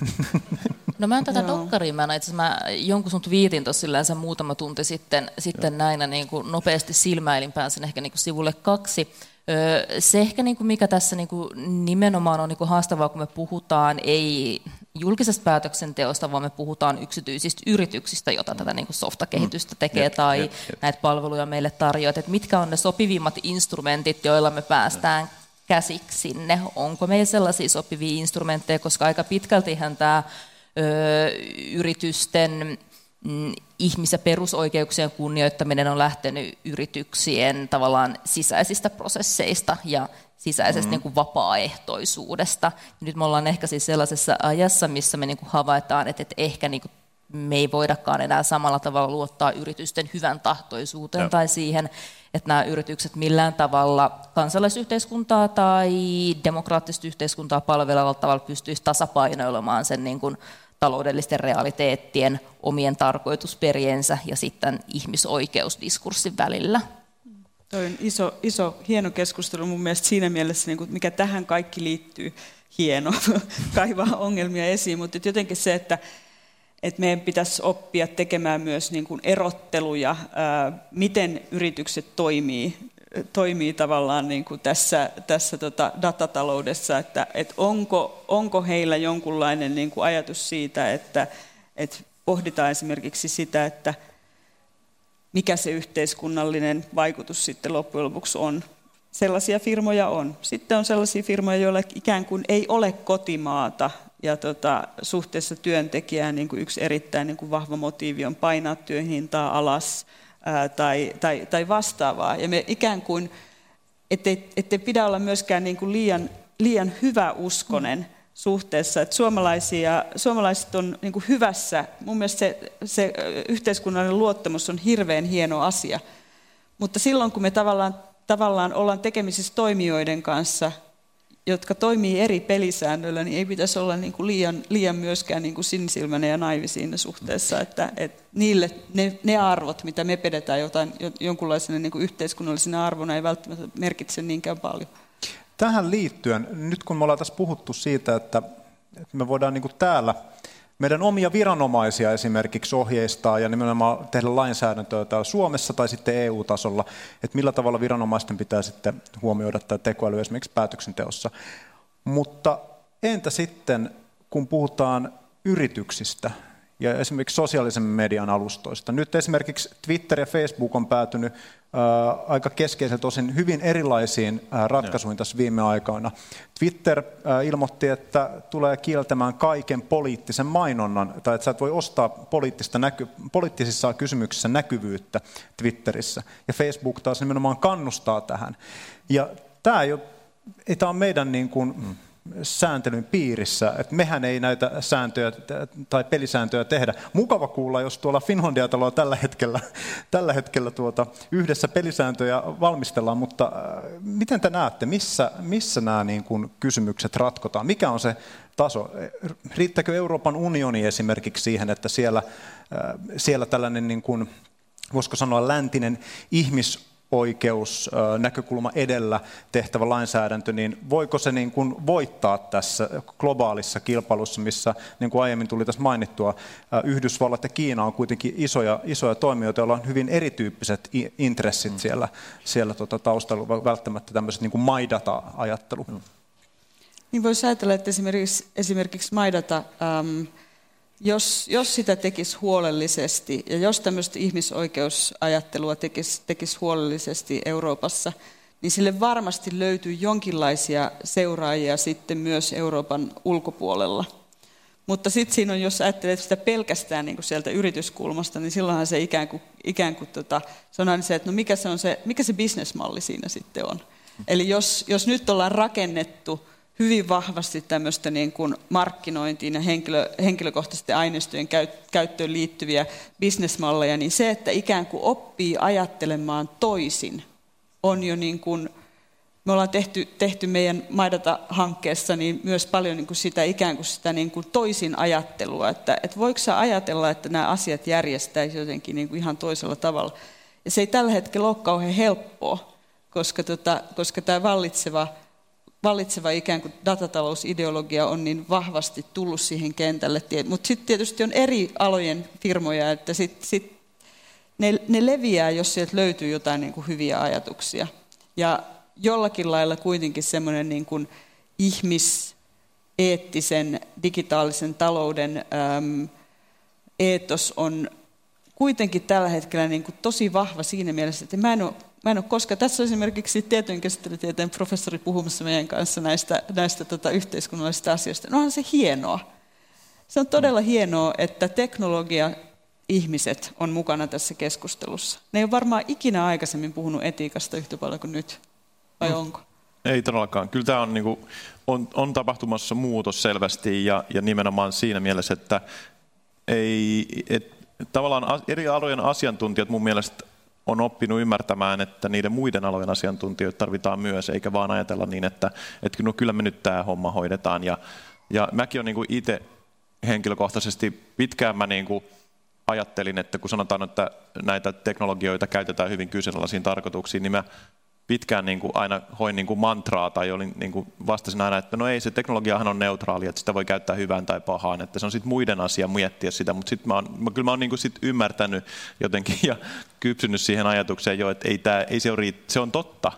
No mä en tätä dokkaria, mä itse asiassa mä jonkun sun twiitin tuossa muutama tunti sitten, sitten näinä niin kuin nopeasti silmäilin, pääsin ehkä niin kuin sivulle kaksi. Se ehkä niin kuin mikä tässä niin kuin nimenomaan on niin kuin haastavaa, kun me puhutaan ei julkisesta päätöksenteosta, vaan me puhutaan yksityisistä yrityksistä, joita tätä niin kuin softakehitystä tekee mm. tai jep, jep. näitä palveluja meille tarjoaa. Että mitkä on ne sopivimmat instrumentit, joilla me päästään käsiksi sinne? Onko meillä sellaisia sopivia instrumentteja, koska aika pitkältihän tämä ö, yritysten ihmis- ja perusoikeuksien kunnioittaminen on lähtenyt yrityksien tavallaan sisäisistä prosesseista ja sisäisestä mm-hmm. niin kuin vapaaehtoisuudesta. Nyt me ollaan ehkä siis sellaisessa ajassa, missä me niin kuin havaitaan, että, että ehkä niin kuin me ei voidakaan enää samalla tavalla luottaa yritysten hyvän tahtoisuuteen ja. tai siihen, että nämä yritykset millään tavalla kansalaisyhteiskuntaa tai demokraattista yhteiskuntaa palvelevalla tavalla pystyisi tasapainoilemaan sen niin kuin taloudellisten realiteettien, omien tarkoitusperiensä ja sitten ihmisoikeusdiskurssin välillä. Toi on iso, iso, hieno keskustelu mun mielestä siinä mielessä, mikä tähän kaikki liittyy, hieno, kaivaa ongelmia esiin, mutta jotenkin se, että että meidän pitäisi oppia tekemään myös niin kuin erotteluja, ää, miten yritykset toimii, toimii tavallaan niin kuin tässä, tässä tota datataloudessa, että, että onko, onko heillä jonkunlainen niin kuin ajatus siitä, että, että pohditaan esimerkiksi sitä, että mikä se yhteiskunnallinen vaikutus sitten loppujen lopuksi on. Sellaisia firmoja on. Sitten on sellaisia firmoja, joilla ikään kuin ei ole kotimaata, ja tota, suhteessa työntekijään niin kuin yksi erittäin niin kuin vahva motiivi on painaa työn hintaa alas ää, tai, tai, tai vastaavaa. Ja me ikään kuin, ettei, ettei pidä olla myöskään niin kuin liian, liian hyväuskonen mm. suhteessa, että suomalaisia, suomalaiset on niin kuin hyvässä. Mun mielestä se, se yhteiskunnallinen luottamus on hirveän hieno asia, mutta silloin kun me tavallaan, tavallaan ollaan tekemisissä toimijoiden kanssa, jotka toimii eri pelisäännöillä, niin ei pitäisi olla niin kuin liian, liian myöskään niin kuin sinisilmäinen ja naivi siinä suhteessa, että, että niille ne, ne arvot, mitä me pidetään jotain, jonkunlaisena niin kuin yhteiskunnallisena arvona, ei välttämättä merkitse niinkään paljon. Tähän liittyen, nyt kun me ollaan tässä puhuttu siitä, että, että me voidaan niin kuin täällä meidän omia viranomaisia esimerkiksi ohjeistaa ja nimenomaan tehdä lainsäädäntöä täällä Suomessa tai sitten E U-tasolla, että millä tavalla viranomaisten pitää sitten huomioida tämä tekoäly esimerkiksi päätöksenteossa. Mutta entä sitten, kun puhutaan yrityksistä ja esimerkiksi sosiaalisen median alustoista? Nyt esimerkiksi Twitter ja Facebook on päätynyt ää, aika keskeiseltä osin hyvin erilaisiin ää, ratkaisuihin tässä viime aikoina. Twitter ää, ilmoitti, että tulee kieltämään kaiken poliittisen mainonnan, tai että sä et voi ostaa poliittista näky- poliittisissa kysymyksissä näkyvyyttä Twitterissä. Ja Facebook taas nimenomaan kannustaa tähän. Ja tämä ei ole, ei tämä ole meidän niin kuin, mm. sääntelyn piirissä, että mehän ei näitä sääntöjä tai pelisääntöjä tehdä. Mukava kuulla, jos tuolla Finlandia-talolla tällä hetkellä, tällä hetkellä tuota, yhdessä pelisääntöjä valmistellaan, mutta äh, miten te näette, missä, missä nämä niin kuin, kysymykset ratkotaan? Mikä on se taso? Riittääkö Euroopan unioni esimerkiksi siihen, että siellä, äh, siellä tällainen, niin kuin, voisiko sanoa, läntinen ihmis oikeusnäkökulma edellä tehtävä lainsäädäntö, niin voiko se niin kuin voittaa tässä globaalissa kilpailussa, missä niin kuin aiemmin tuli tässä mainittua, Yhdysvallat ja Kiina on kuitenkin isoja, isoja toimijoita, joilla on hyvin erityyppiset intressit mm. siellä, siellä tota taustalla, välttämättä tämmöiset niin kuin MyData-ajattelu. Mm. Niin voisi ajatella, että esimerkiksi, esimerkiksi MyData, ähm, Jos, jos sitä tekisi huolellisesti ja jos tämmöistä ihmisoikeusajattelua tekisi, tekisi huolellisesti Euroopassa, niin sille varmasti löytyy jonkinlaisia seuraajia sitten myös Euroopan ulkopuolella. Mutta sitten siinä on, jos ajattelet sitä pelkästään niin kuin sieltä yrityskulmasta, niin silloinhan se ikään kuin, ikään kuin tota, se on aina se, että no mikä se, on se, mikä se bisnesmalli siinä sitten on. Eli jos, jos nyt ollaan rakennettu hyvin vahvasti tämmöistä niin kuin markkinointiin ja henkilö, henkilökohtaisten aineistojen käyttöön liittyviä bisnesmalleja, niin se, että ikään kuin oppii ajattelemaan toisin, on jo niin kuin, me ollaan tehty, tehty meidän MyData-hankkeessa niin myös paljon niin kuin sitä ikään kuin sitä niin kuin toisin ajattelua, että, että voiko sä ajatella, että nämä asiat järjestäisi jotenkin niin kuin ihan toisella tavalla. Ja se ei tällä hetkellä ole kauhean helppoa, koska, tota, koska tämä vallitseva vallitseva ikään kuin datatalousideologia on niin vahvasti tullut siihen kentälle. Mutta sitten tietysti on eri alojen firmoja, että sit, sit ne, ne leviää, jos sieltä löytyy jotain niin kuin hyviä ajatuksia. Ja jollakin lailla kuitenkin semmoinen niin kuin ihmiseettisen digitaalisen talouden äm, eetos on kuitenkin tällä hetkellä niin kuin tosi vahva siinä mielessä, että mä en ole Mä en ole koskaan, tässä on esimerkiksi tietojenkäsittelytieteen professori puhumassa meidän kanssa näistä, näistä tota, yhteiskunnallisista asioista. No onhan se hienoa. Se on todella hienoa, että teknologia ihmiset on mukana tässä keskustelussa. Ne ei ole varmaan ikinä aikaisemmin puhunut etiikasta yhtä paljon kuin nyt, vai onko? Ei todellakaan. Kyllä tämä on, niin kuin, on, on tapahtumassa muutos selvästi ja, ja nimenomaan siinä mielessä, että ei, et, tavallaan eri alojen asiantuntijat mun mielestä on oppinut ymmärtämään, että niiden muiden alojen asiantuntijoita tarvitaan myös, eikä vaan ajatella niin, että, että no kyllä me nyt tämä homma hoidetaan. Ja, ja mäkin olen niin itse henkilökohtaisesti pitkään mä niin kuin ajattelin, että kun sanotaan, että näitä teknologioita käytetään hyvin kyseenalaisiin tarkoituksiin, niin mä pitkään niin kuin aina hoin niin kuin mantraa tai olin, niin kuin vastasin aina, että no ei, se teknologiahan on neutraali, että sitä voi käyttää hyvään tai pahaan, että se on sitten muiden asia miettiä sitä, mutta sitten mä oon, mä, kyllä mä oon niin kuin sit ymmärtänyt jotenkin ja kypsynyt siihen ajatukseen jo, että ei, tää, ei se, ole riitt- se on totta.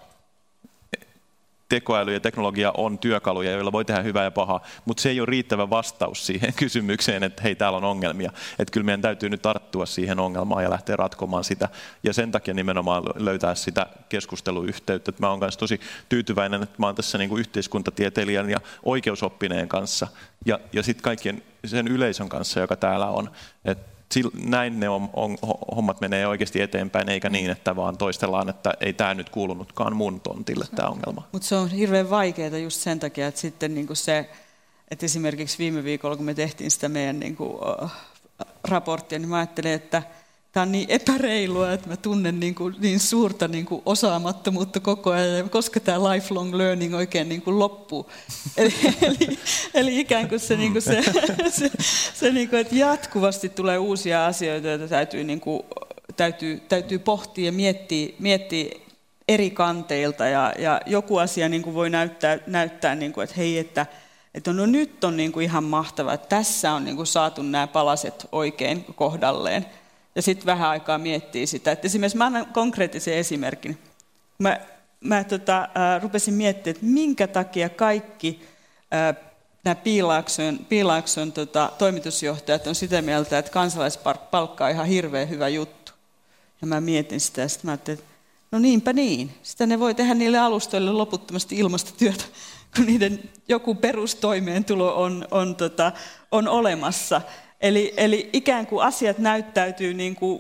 Tekoäly ja teknologia on työkaluja, joilla voi tehdä hyvää ja pahaa, mutta se ei ole riittävä vastaus siihen kysymykseen, että hei, täällä on ongelmia. Että kyllä meidän täytyy nyt tarttua siihen ongelmaan ja lähteä ratkomaan sitä. Ja sen takia nimenomaan löytää sitä keskusteluyhteyttä. Että mä oon myös tosi tyytyväinen, että mä oon tässä niin kuin yhteiskuntatieteilijän ja oikeusoppineen kanssa ja, ja sitten kaikkien sen yleisön kanssa, joka täällä on. Et näin ne on, on, hommat menee oikeasti eteenpäin, eikä niin, että vaan toistellaan, että ei tämä nyt kuulunutkaan mun tontille tämä ongelma. Mutta se on hirveän vaikeaa just sen takia, että sitten niinku se, että esimerkiksi viime viikolla, kun me tehtiin sitä meidän niinku, uh, raporttia, niin mä ajattelin, että tämä on niin epäreilua, että mä tunnen niinku, niin suurta niinku, osaamattomuutta koko ajan, koska tämä lifelong learning oikein niinku, loppuu. Eli, eli, eli ikään kuin se, niinku, se, se, se niinku, että jatkuvasti tulee uusia asioita, joita täytyy, niinku, täytyy, täytyy pohtia ja miettiä, miettiä eri kanteilta. Ja, ja joku asia niinku, voi näyttää, näyttää niinku, että hei, että että no nyt on niinku, ihan mahtavaa, että tässä on niinku, saatu nämä palaset oikein kohdalleen. Ja sitten vähän aikaa miettii sitä. Et esimerkiksi mä annan konkreettisen esimerkin. Mä, mä tota, äh, rupesin miettimään, että minkä takia kaikki äh, nämä Piilaakson, Piilaakson tota, toimitusjohtajat on sitä mieltä, että kansalaispalkka on ihan hirveän hyvä juttu. Ja mä mietin sitä ja sitten mä ajattelin, että no niinpä niin. Sitä ne voi tehdä niille alustoille loputtomasti ilmasta työtä, kun niiden joku perustoimeentulo on, on, tota, on olemassa. Eli, eli ikään kuin asiat näyttäytyy niin kuin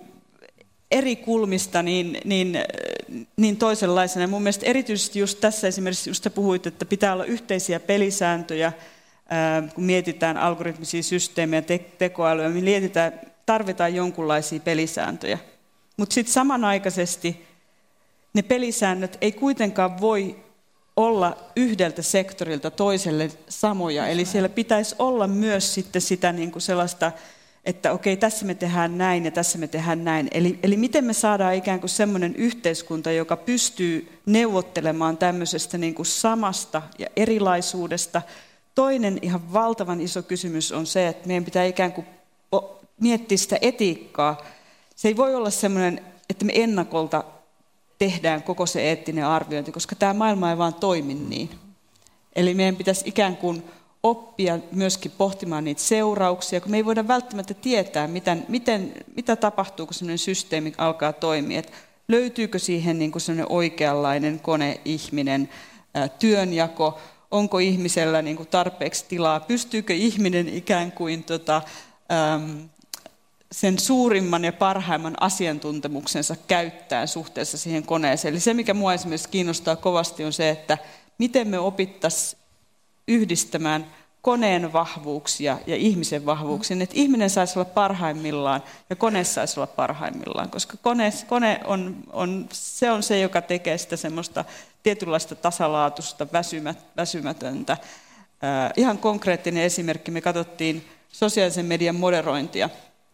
eri kulmista niin, niin, niin toisenlaisena. Mun mielestä erityisesti just tässä esimerkiksi, just puhuit, että pitää olla yhteisiä pelisääntöjä, ää, kun mietitään algoritmisia systeemejä, te- tekoälyä, niin mietitään, tarvitaan jonkunlaisia pelisääntöjä. Mutta sitten samanaikaisesti ne pelisäännöt ei kuitenkaan voi olla yhdeltä sektorilta toiselle samoja. Eli siellä pitäisi olla myös sitten sitä niin kuin sellaista, että okei, tässä me tehdään näin ja tässä me tehdään näin. Eli, eli miten me saadaan ikään kuin semmoinen yhteiskunta, joka pystyy neuvottelemaan tämmöisestä niin kuin samasta ja erilaisuudesta. Toinen ihan valtavan iso kysymys on se, että meidän pitää ikään kuin miettiä sitä etiikkaa. Se ei voi olla semmoinen, että me ennakolta tehdään koko se eettinen arviointi, koska tämä maailma ei vaan toimi niin. Eli meidän pitäisi ikään kuin oppia myöskin pohtimaan niitä seurauksia, kun me ei voida välttämättä tietää, miten, miten, mitä tapahtuu, kun sellainen systeemi alkaa toimia. Et löytyykö siihen niin kuin sellainen oikeanlainen kone-ihminen ää, työnjako, onko ihmisellä niin kuin tarpeeksi tilaa, pystyykö ihminen ikään kuin tota, äm, sen suurimman ja parhaimman asiantuntemuksensa käyttää suhteessa siihen koneeseen. Eli se, mikä minua esimerkiksi kiinnostaa kovasti, on se, että miten me opittaisiin yhdistämään koneen vahvuuksia ja ihmisen vahvuuksia, että ihminen saisi olla parhaimmillaan ja kone saisi olla parhaimmillaan, koska kone, kone on, on, se on se, joka tekee sitä semmoista tietynlaista tasalaatusta, väsymät, väsymätöntä. Äh, ihan konkreettinen esimerkki, me katsottiin sosiaalisen median moderointia.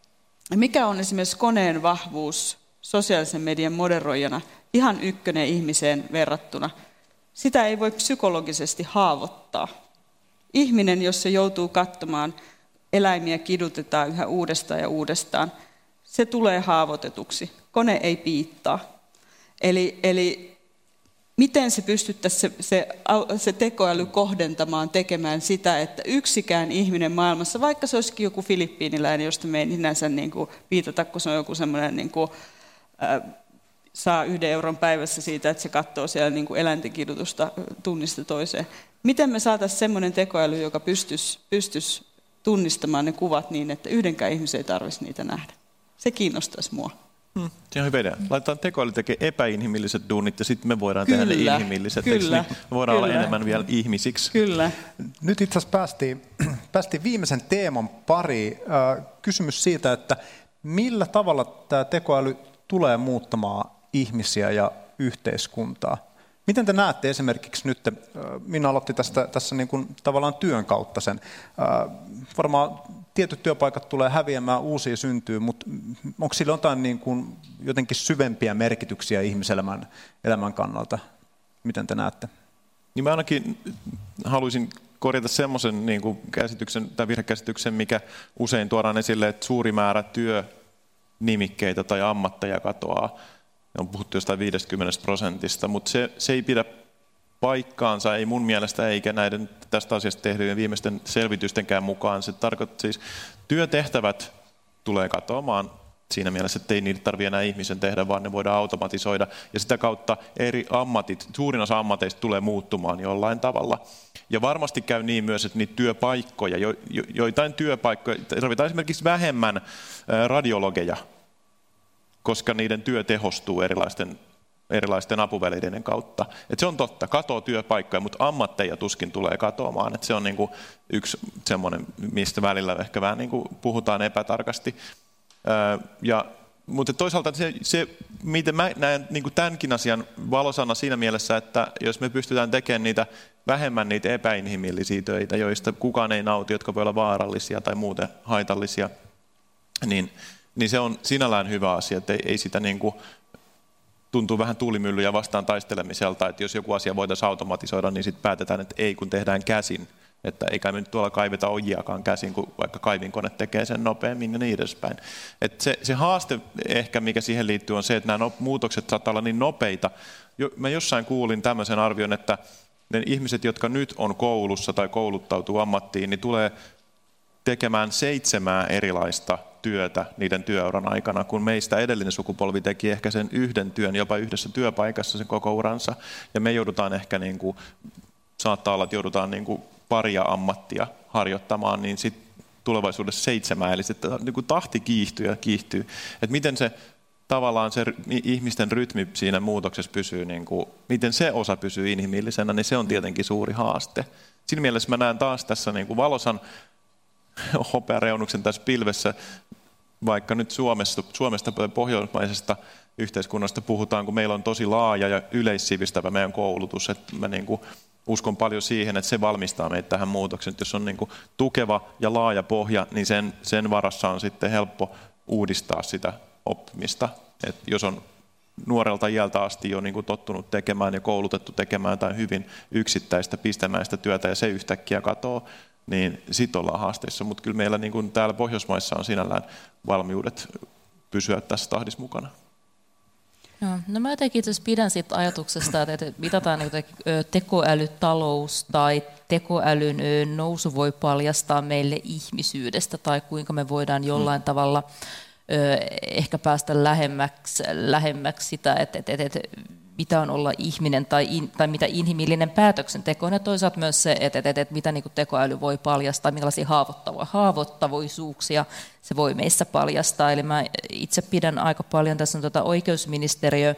Mikä on esimerkiksi koneen vahvuus sosiaalisen median moderoijana ihan ykkönen ihmiseen verrattuna? Sitä ei voi psykologisesti haavoittaa. Ihminen, jos se joutuu katsomaan, eläimiä kidutetaan yhä uudestaan ja uudestaan, se tulee haavoitetuksi. Kone ei piittaa. Eli, eli miten se pystyttäisiin se, se, se tekoäly kohdentamaan, tekemään sitä, että yksikään ihminen maailmassa, vaikka se olisikin joku filippiiniläinen, josta me ei sinänsä niin kuin viitata, kun se on joku semmoinen, niin kuin, äh, saa yhden euron päivässä siitä, että se katsoo siellä niin kuin eläinten kidutusta tunnista toiseen. Miten me saataisiin semmoinen tekoäly, joka pystyisi, pystyisi tunnistamaan ne kuvat niin, että yhdenkään ihmisen ei tarvitsisi niitä nähdä? Se kiinnostaisi mua. Hmm, se on hyvä idea. Laitetaan tekoäly tekemään epäinhimilliset duunit ja sitten me voidaan kyllä, tehdä ne inhimilliset. Kyllä, me voidaan kyllä. olla enemmän vielä ihmisiksi. Kyllä. Nyt itse asiassa päästiin, päästiin viimeisen teeman pariin. Kysymys siitä, että millä tavalla tämä tekoäly tulee muuttamaan ihmisiä ja yhteiskuntaa. Miten te näette esimerkiksi nyt, Minna aloitti tästä, tässä niin kuin tavallaan työn kautta sen. Varmaan tietyt työpaikat tulee häviämään, uusia syntyy, mutta onko sillä jotain niin kuin jotenkin syvempiä merkityksiä ihmiselämän elämän kannalta? Miten te näette? Niin mä ainakin haluaisin korjata semmoisen niin kuin käsityksen tai virhekäsityksen, mikä usein tuodaan esille, että suuri määrä työnimikkeitä tai ammatteja katoaa. On puhuttu jostain viisikymmentä prosentista, mutta se, se ei pidä paikkaansa, ei mun mielestä eikä näiden tästä asiasta tehtyjen viimeisten selvitystenkään mukaan. Se tarkoittaa siis, työtehtävät tulee katoamaan siinä mielessä, että ei niitä tarvitse enää ihmisen tehdä, vaan ne voidaan automatisoida. Ja sitä kautta eri ammatit, suurin osa ammateista tulee muuttumaan jollain tavalla. Ja varmasti käy niin myös, että niitä työpaikkoja, jo, jo, joitain työpaikkoja, tarvitaan esimerkiksi vähemmän radiologeja, koska niiden työ tehostuu erilaisten, erilaisten apuvälineiden kautta. Et se on totta, katoo työpaikkoja, mutta ammatteja tuskin tulee katoamaan. Et se on niinku yksi semmoinen, mistä välillä ehkä vähän niinku puhutaan epätarkasti. Ja, mutta toisaalta se, se miten mä näen niin tämänkin asian valosana siinä mielessä, että jos me pystytään tekemään niitä vähemmän niitä epäinhimillisiä töitä, joista kukaan ei nauti, jotka voi olla vaarallisia tai muuten haitallisia, niin, niin se on sinällään hyvä asia, että ei, ei sitä niin kuin, tuntuu vähän tuulimyllyjä vastaan taistelemiselta, että jos joku asia voitaisiin automatisoida, niin sitten päätetään, että ei kun tehdään käsin. Että eikä me nyt tuolla kaiveta ojiakaan käsin, kun vaikka kaivinkone tekee sen nopeammin ja niin edespäin. Et se, se haaste ehkä, mikä siihen liittyy, on se, että nämä muutokset saattaa olla niin nopeita. Mä jossain kuulin tämmöisen arvion, että ne ihmiset, jotka nyt on koulussa tai kouluttautuu ammattiin, niin tulee tekemään seitsemää erilaista työtä niiden työuran aikana, kun meistä edellinen sukupolvi teki ehkä sen yhden työn, jopa yhdessä työpaikassa sen koko uransa. Ja me joudutaan ehkä, niin kuin, saattaa olla, että joudutaan niin kuin paria ammattia harjoittamaan, niin sitten tulevaisuudessa seitsemää, eli se niin tahti kiihtyy ja kiihtyy. Että miten se tavallaan se ihmisten rytmi siinä muutoksessa pysyy, niin kuin, miten se osa pysyy inhimillisenä, niin se on tietenkin suuri haaste. Siinä mielessä mä näen taas tässä niin kuin valosan hopeareunuksen tässä pilvessä, vaikka nyt Suomesta, Suomesta pohjoismaisesta yhteiskunnasta puhutaan, kun meillä on tosi laaja ja yleissivistävä meidän koulutus, että mä niin kuin uskon paljon siihen, että se valmistaa meitä tähän muutokseen. Jos on niin kuin tukeva ja laaja pohja, niin sen, sen varassa on sitten helppo uudistaa sitä oppimista. Et jos on nuorelta iältä asti jo niin kuin tottunut tekemään ja koulutettu tekemään jotain hyvin yksittäistä pistemäistä työtä ja se yhtäkkiä katoo, niin sitten ollaan haasteissa. Mutta kyllä meillä niin kuin täällä Pohjoismaissa on sinällään valmiudet pysyä tässä tahdissa mukana. No, no mä jotenkin itse asiassa pidän siitä ajatuksesta, että mitataan tekoälytalous tai tekoälyn nousu voi paljastaa meille ihmisyydestä tai kuinka me voidaan jollain mm. tavalla ehkä päästä lähemmäksi, lähemmäksi sitä, että, että, että mitä on olla ihminen tai, in, tai mitä inhimillinen päätöksenteko on ja toisaalta myös se, että, että, että mitä niin kuin tekoäly voi paljastaa, millaisia haavoittuvuuksia se voi meissä paljastaa. Eli mä itse pidän aika paljon, tässä on tuota oikeusministeriö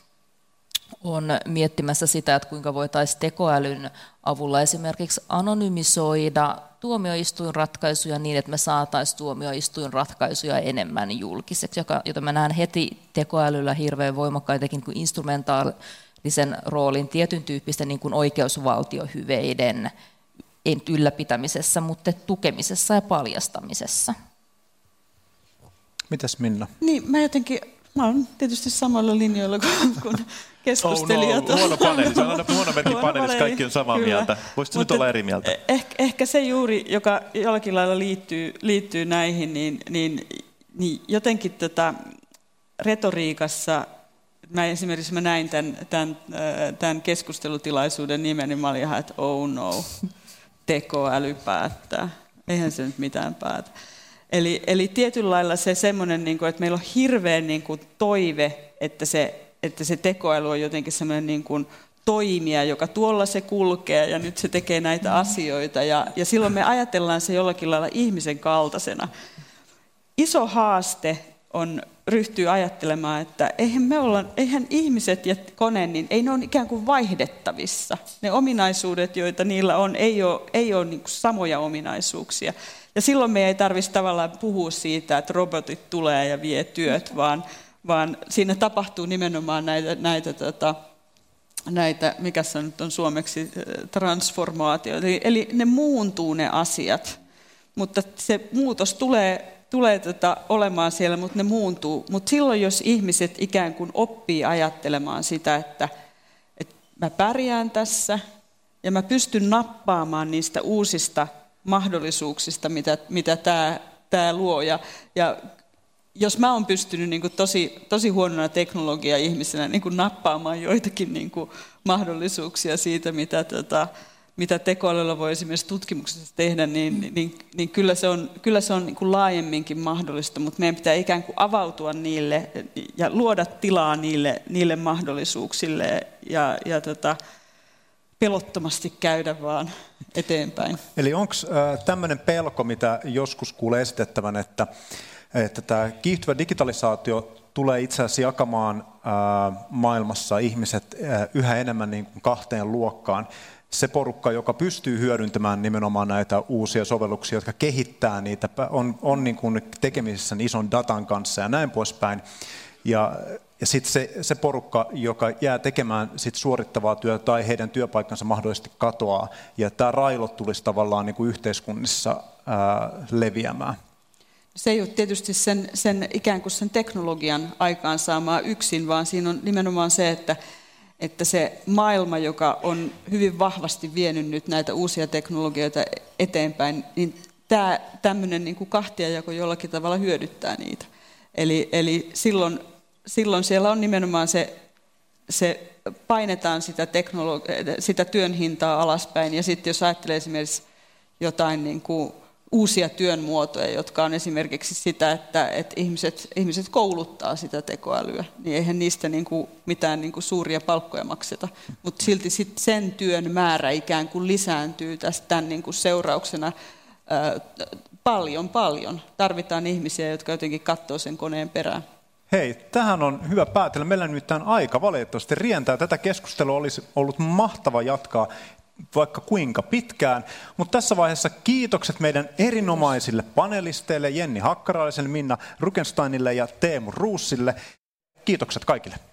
on miettimässä sitä, että kuinka voitaisiin tekoälyn avulla esimerkiksi anonymisoida tuomioistuinratkaisuja niin, että me saataisiin tuomioistuinratkaisuja enemmän julkiseksi, joka, jota mä näen heti tekoälyllä hirveän voimakkaitakin kuin instrumentaalisen roolin tietyn tyyppisten niin kuin oikeusvaltiohyveiden ylläpitämisessä, mutta tukemisessa ja paljastamisessa. Mitäs Minna? Niin, mä jotenkin, mä olen tietysti samalla linjoilla kuin, kuin keskustelijat. Oh no, huono paneeli, se on aina huono merkki paneelissa, kaikki on samaa Kyllä. mieltä. Voisitko nyt olla eri mieltä? Ehkä, ehkä se juuri, joka jollakin lailla liittyy, liittyy näihin, niin, niin, niin jotenkin tätä retoriikassa, mä esimerkiksi mä näin tämän, tämän, tämän keskustelutilaisuuden nimen, niin mä olin ihan, että oh no, tekoäly päättää. Eihän se nyt mitään päätä. Eli, eli tietyllä lailla se semmoinen, että meillä on hirveän toive, että se, että se tekoäly on jotenkin semmoinen niin kuin toimija, joka tuolla se kulkee ja nyt se tekee näitä asioita. Ja, ja silloin me ajatellaan se jollakin lailla ihmisen kaltaisena. Iso haaste on ryhtyä ajattelemaan, että eihän, me olla, eihän ihmiset ja kone, niin ei ne ole ikään kuin vaihdettavissa. Ne ominaisuudet, joita niillä on, ei ole, ei ole niin kuin samoja ominaisuuksia. Ja silloin me ei tarvitse tavallaan puhua siitä, että robotit tulee ja vie työt, vaan, vaan siinä tapahtuu nimenomaan näitä, näitä, tota, näitä mikä se nyt on suomeksi, transformaatioita. Eli, eli ne muuntuu ne asiat, mutta se muutos tulee, tulee tota, olemaan siellä, mutta ne muuntuu. Mutta silloin, jos ihmiset ikään kuin oppii ajattelemaan sitä, että mä pärjään tässä ja mä pystyn nappaamaan niistä uusista mahdollisuuksista, mitä, mitä tämä, tämä luo. Ja, ja jos mä oon pystynyt niin kuin tosi, tosi huonona teknologia-ihmisenä niin kuin nappaamaan joitakin niin kuin mahdollisuuksia siitä, mitä, tota, mitä tekoälyllä voi esimerkiksi tutkimuksessa tehdä, niin, niin, niin kyllä se on, kyllä se on niin kuin laajemminkin mahdollista, mutta meidän pitää ikään kuin avautua niille ja luoda tilaa niille, niille mahdollisuuksille ja, ja tota, pelottomasti käydä vaan eteenpäin. Eli onko äh, tämmöinen pelko, mitä joskus kuulee esitettävän, että että tämä kiihtyvä digitalisaatio tulee itse asiassa jakamaan maailmassa ihmiset yhä enemmän niin kuin kahteen luokkaan. Se porukka, joka pystyy hyödyntämään nimenomaan näitä uusia sovelluksia, jotka kehittää niitä, on, on niin kuin tekemisissä ison datan kanssa ja näin poispäin. Ja, ja sitten se, se porukka, joka jää tekemään sit suorittavaa työtä tai heidän työpaikkansa mahdollisesti katoaa. Ja tämä railot tulisi tavallaan niin kuin yhteiskunnissa ää, leviämään. Se ei ole tietysti sen, sen ikään kuin sen teknologian aikaansaamaa yksin, vaan siinä on nimenomaan se, että, että se maailma, joka on hyvin vahvasti vienyt nyt näitä uusia teknologioita eteenpäin, niin tämä tämmöinen niin kuin kahtiajako jollakin tavalla hyödyttää niitä. Eli, eli silloin, silloin siellä on nimenomaan se, se painetaan sitä, teknologi- sitä työn hintaa alaspäin, ja sitten jos ajattelee esimerkiksi jotain niin kuin uusia työn muotoja, jotka on esimerkiksi sitä, että, että ihmiset, ihmiset kouluttaa sitä tekoälyä, niin eihän niistä niin kuin mitään niin kuin suuria palkkoja makseta, mutta silti sit sen työn määrä ikään kuin lisääntyy tästä tämän niin kuin seurauksena ää, paljon, paljon. Tarvitaan ihmisiä, jotka jotenkin katsoo sen koneen perään. Hei, tähän on hyvä päätellä. Meillä nyt tämän aika valitettavasti rientää. Tätä keskustelua olisi ollut mahtava jatkaa vaikka kuinka pitkään, mutta tässä vaiheessa kiitokset meidän erinomaisille panelisteille, Jenni Hakkaraiselle, Minna Rukensteinille ja Teemu Ruussille. Kiitokset kaikille.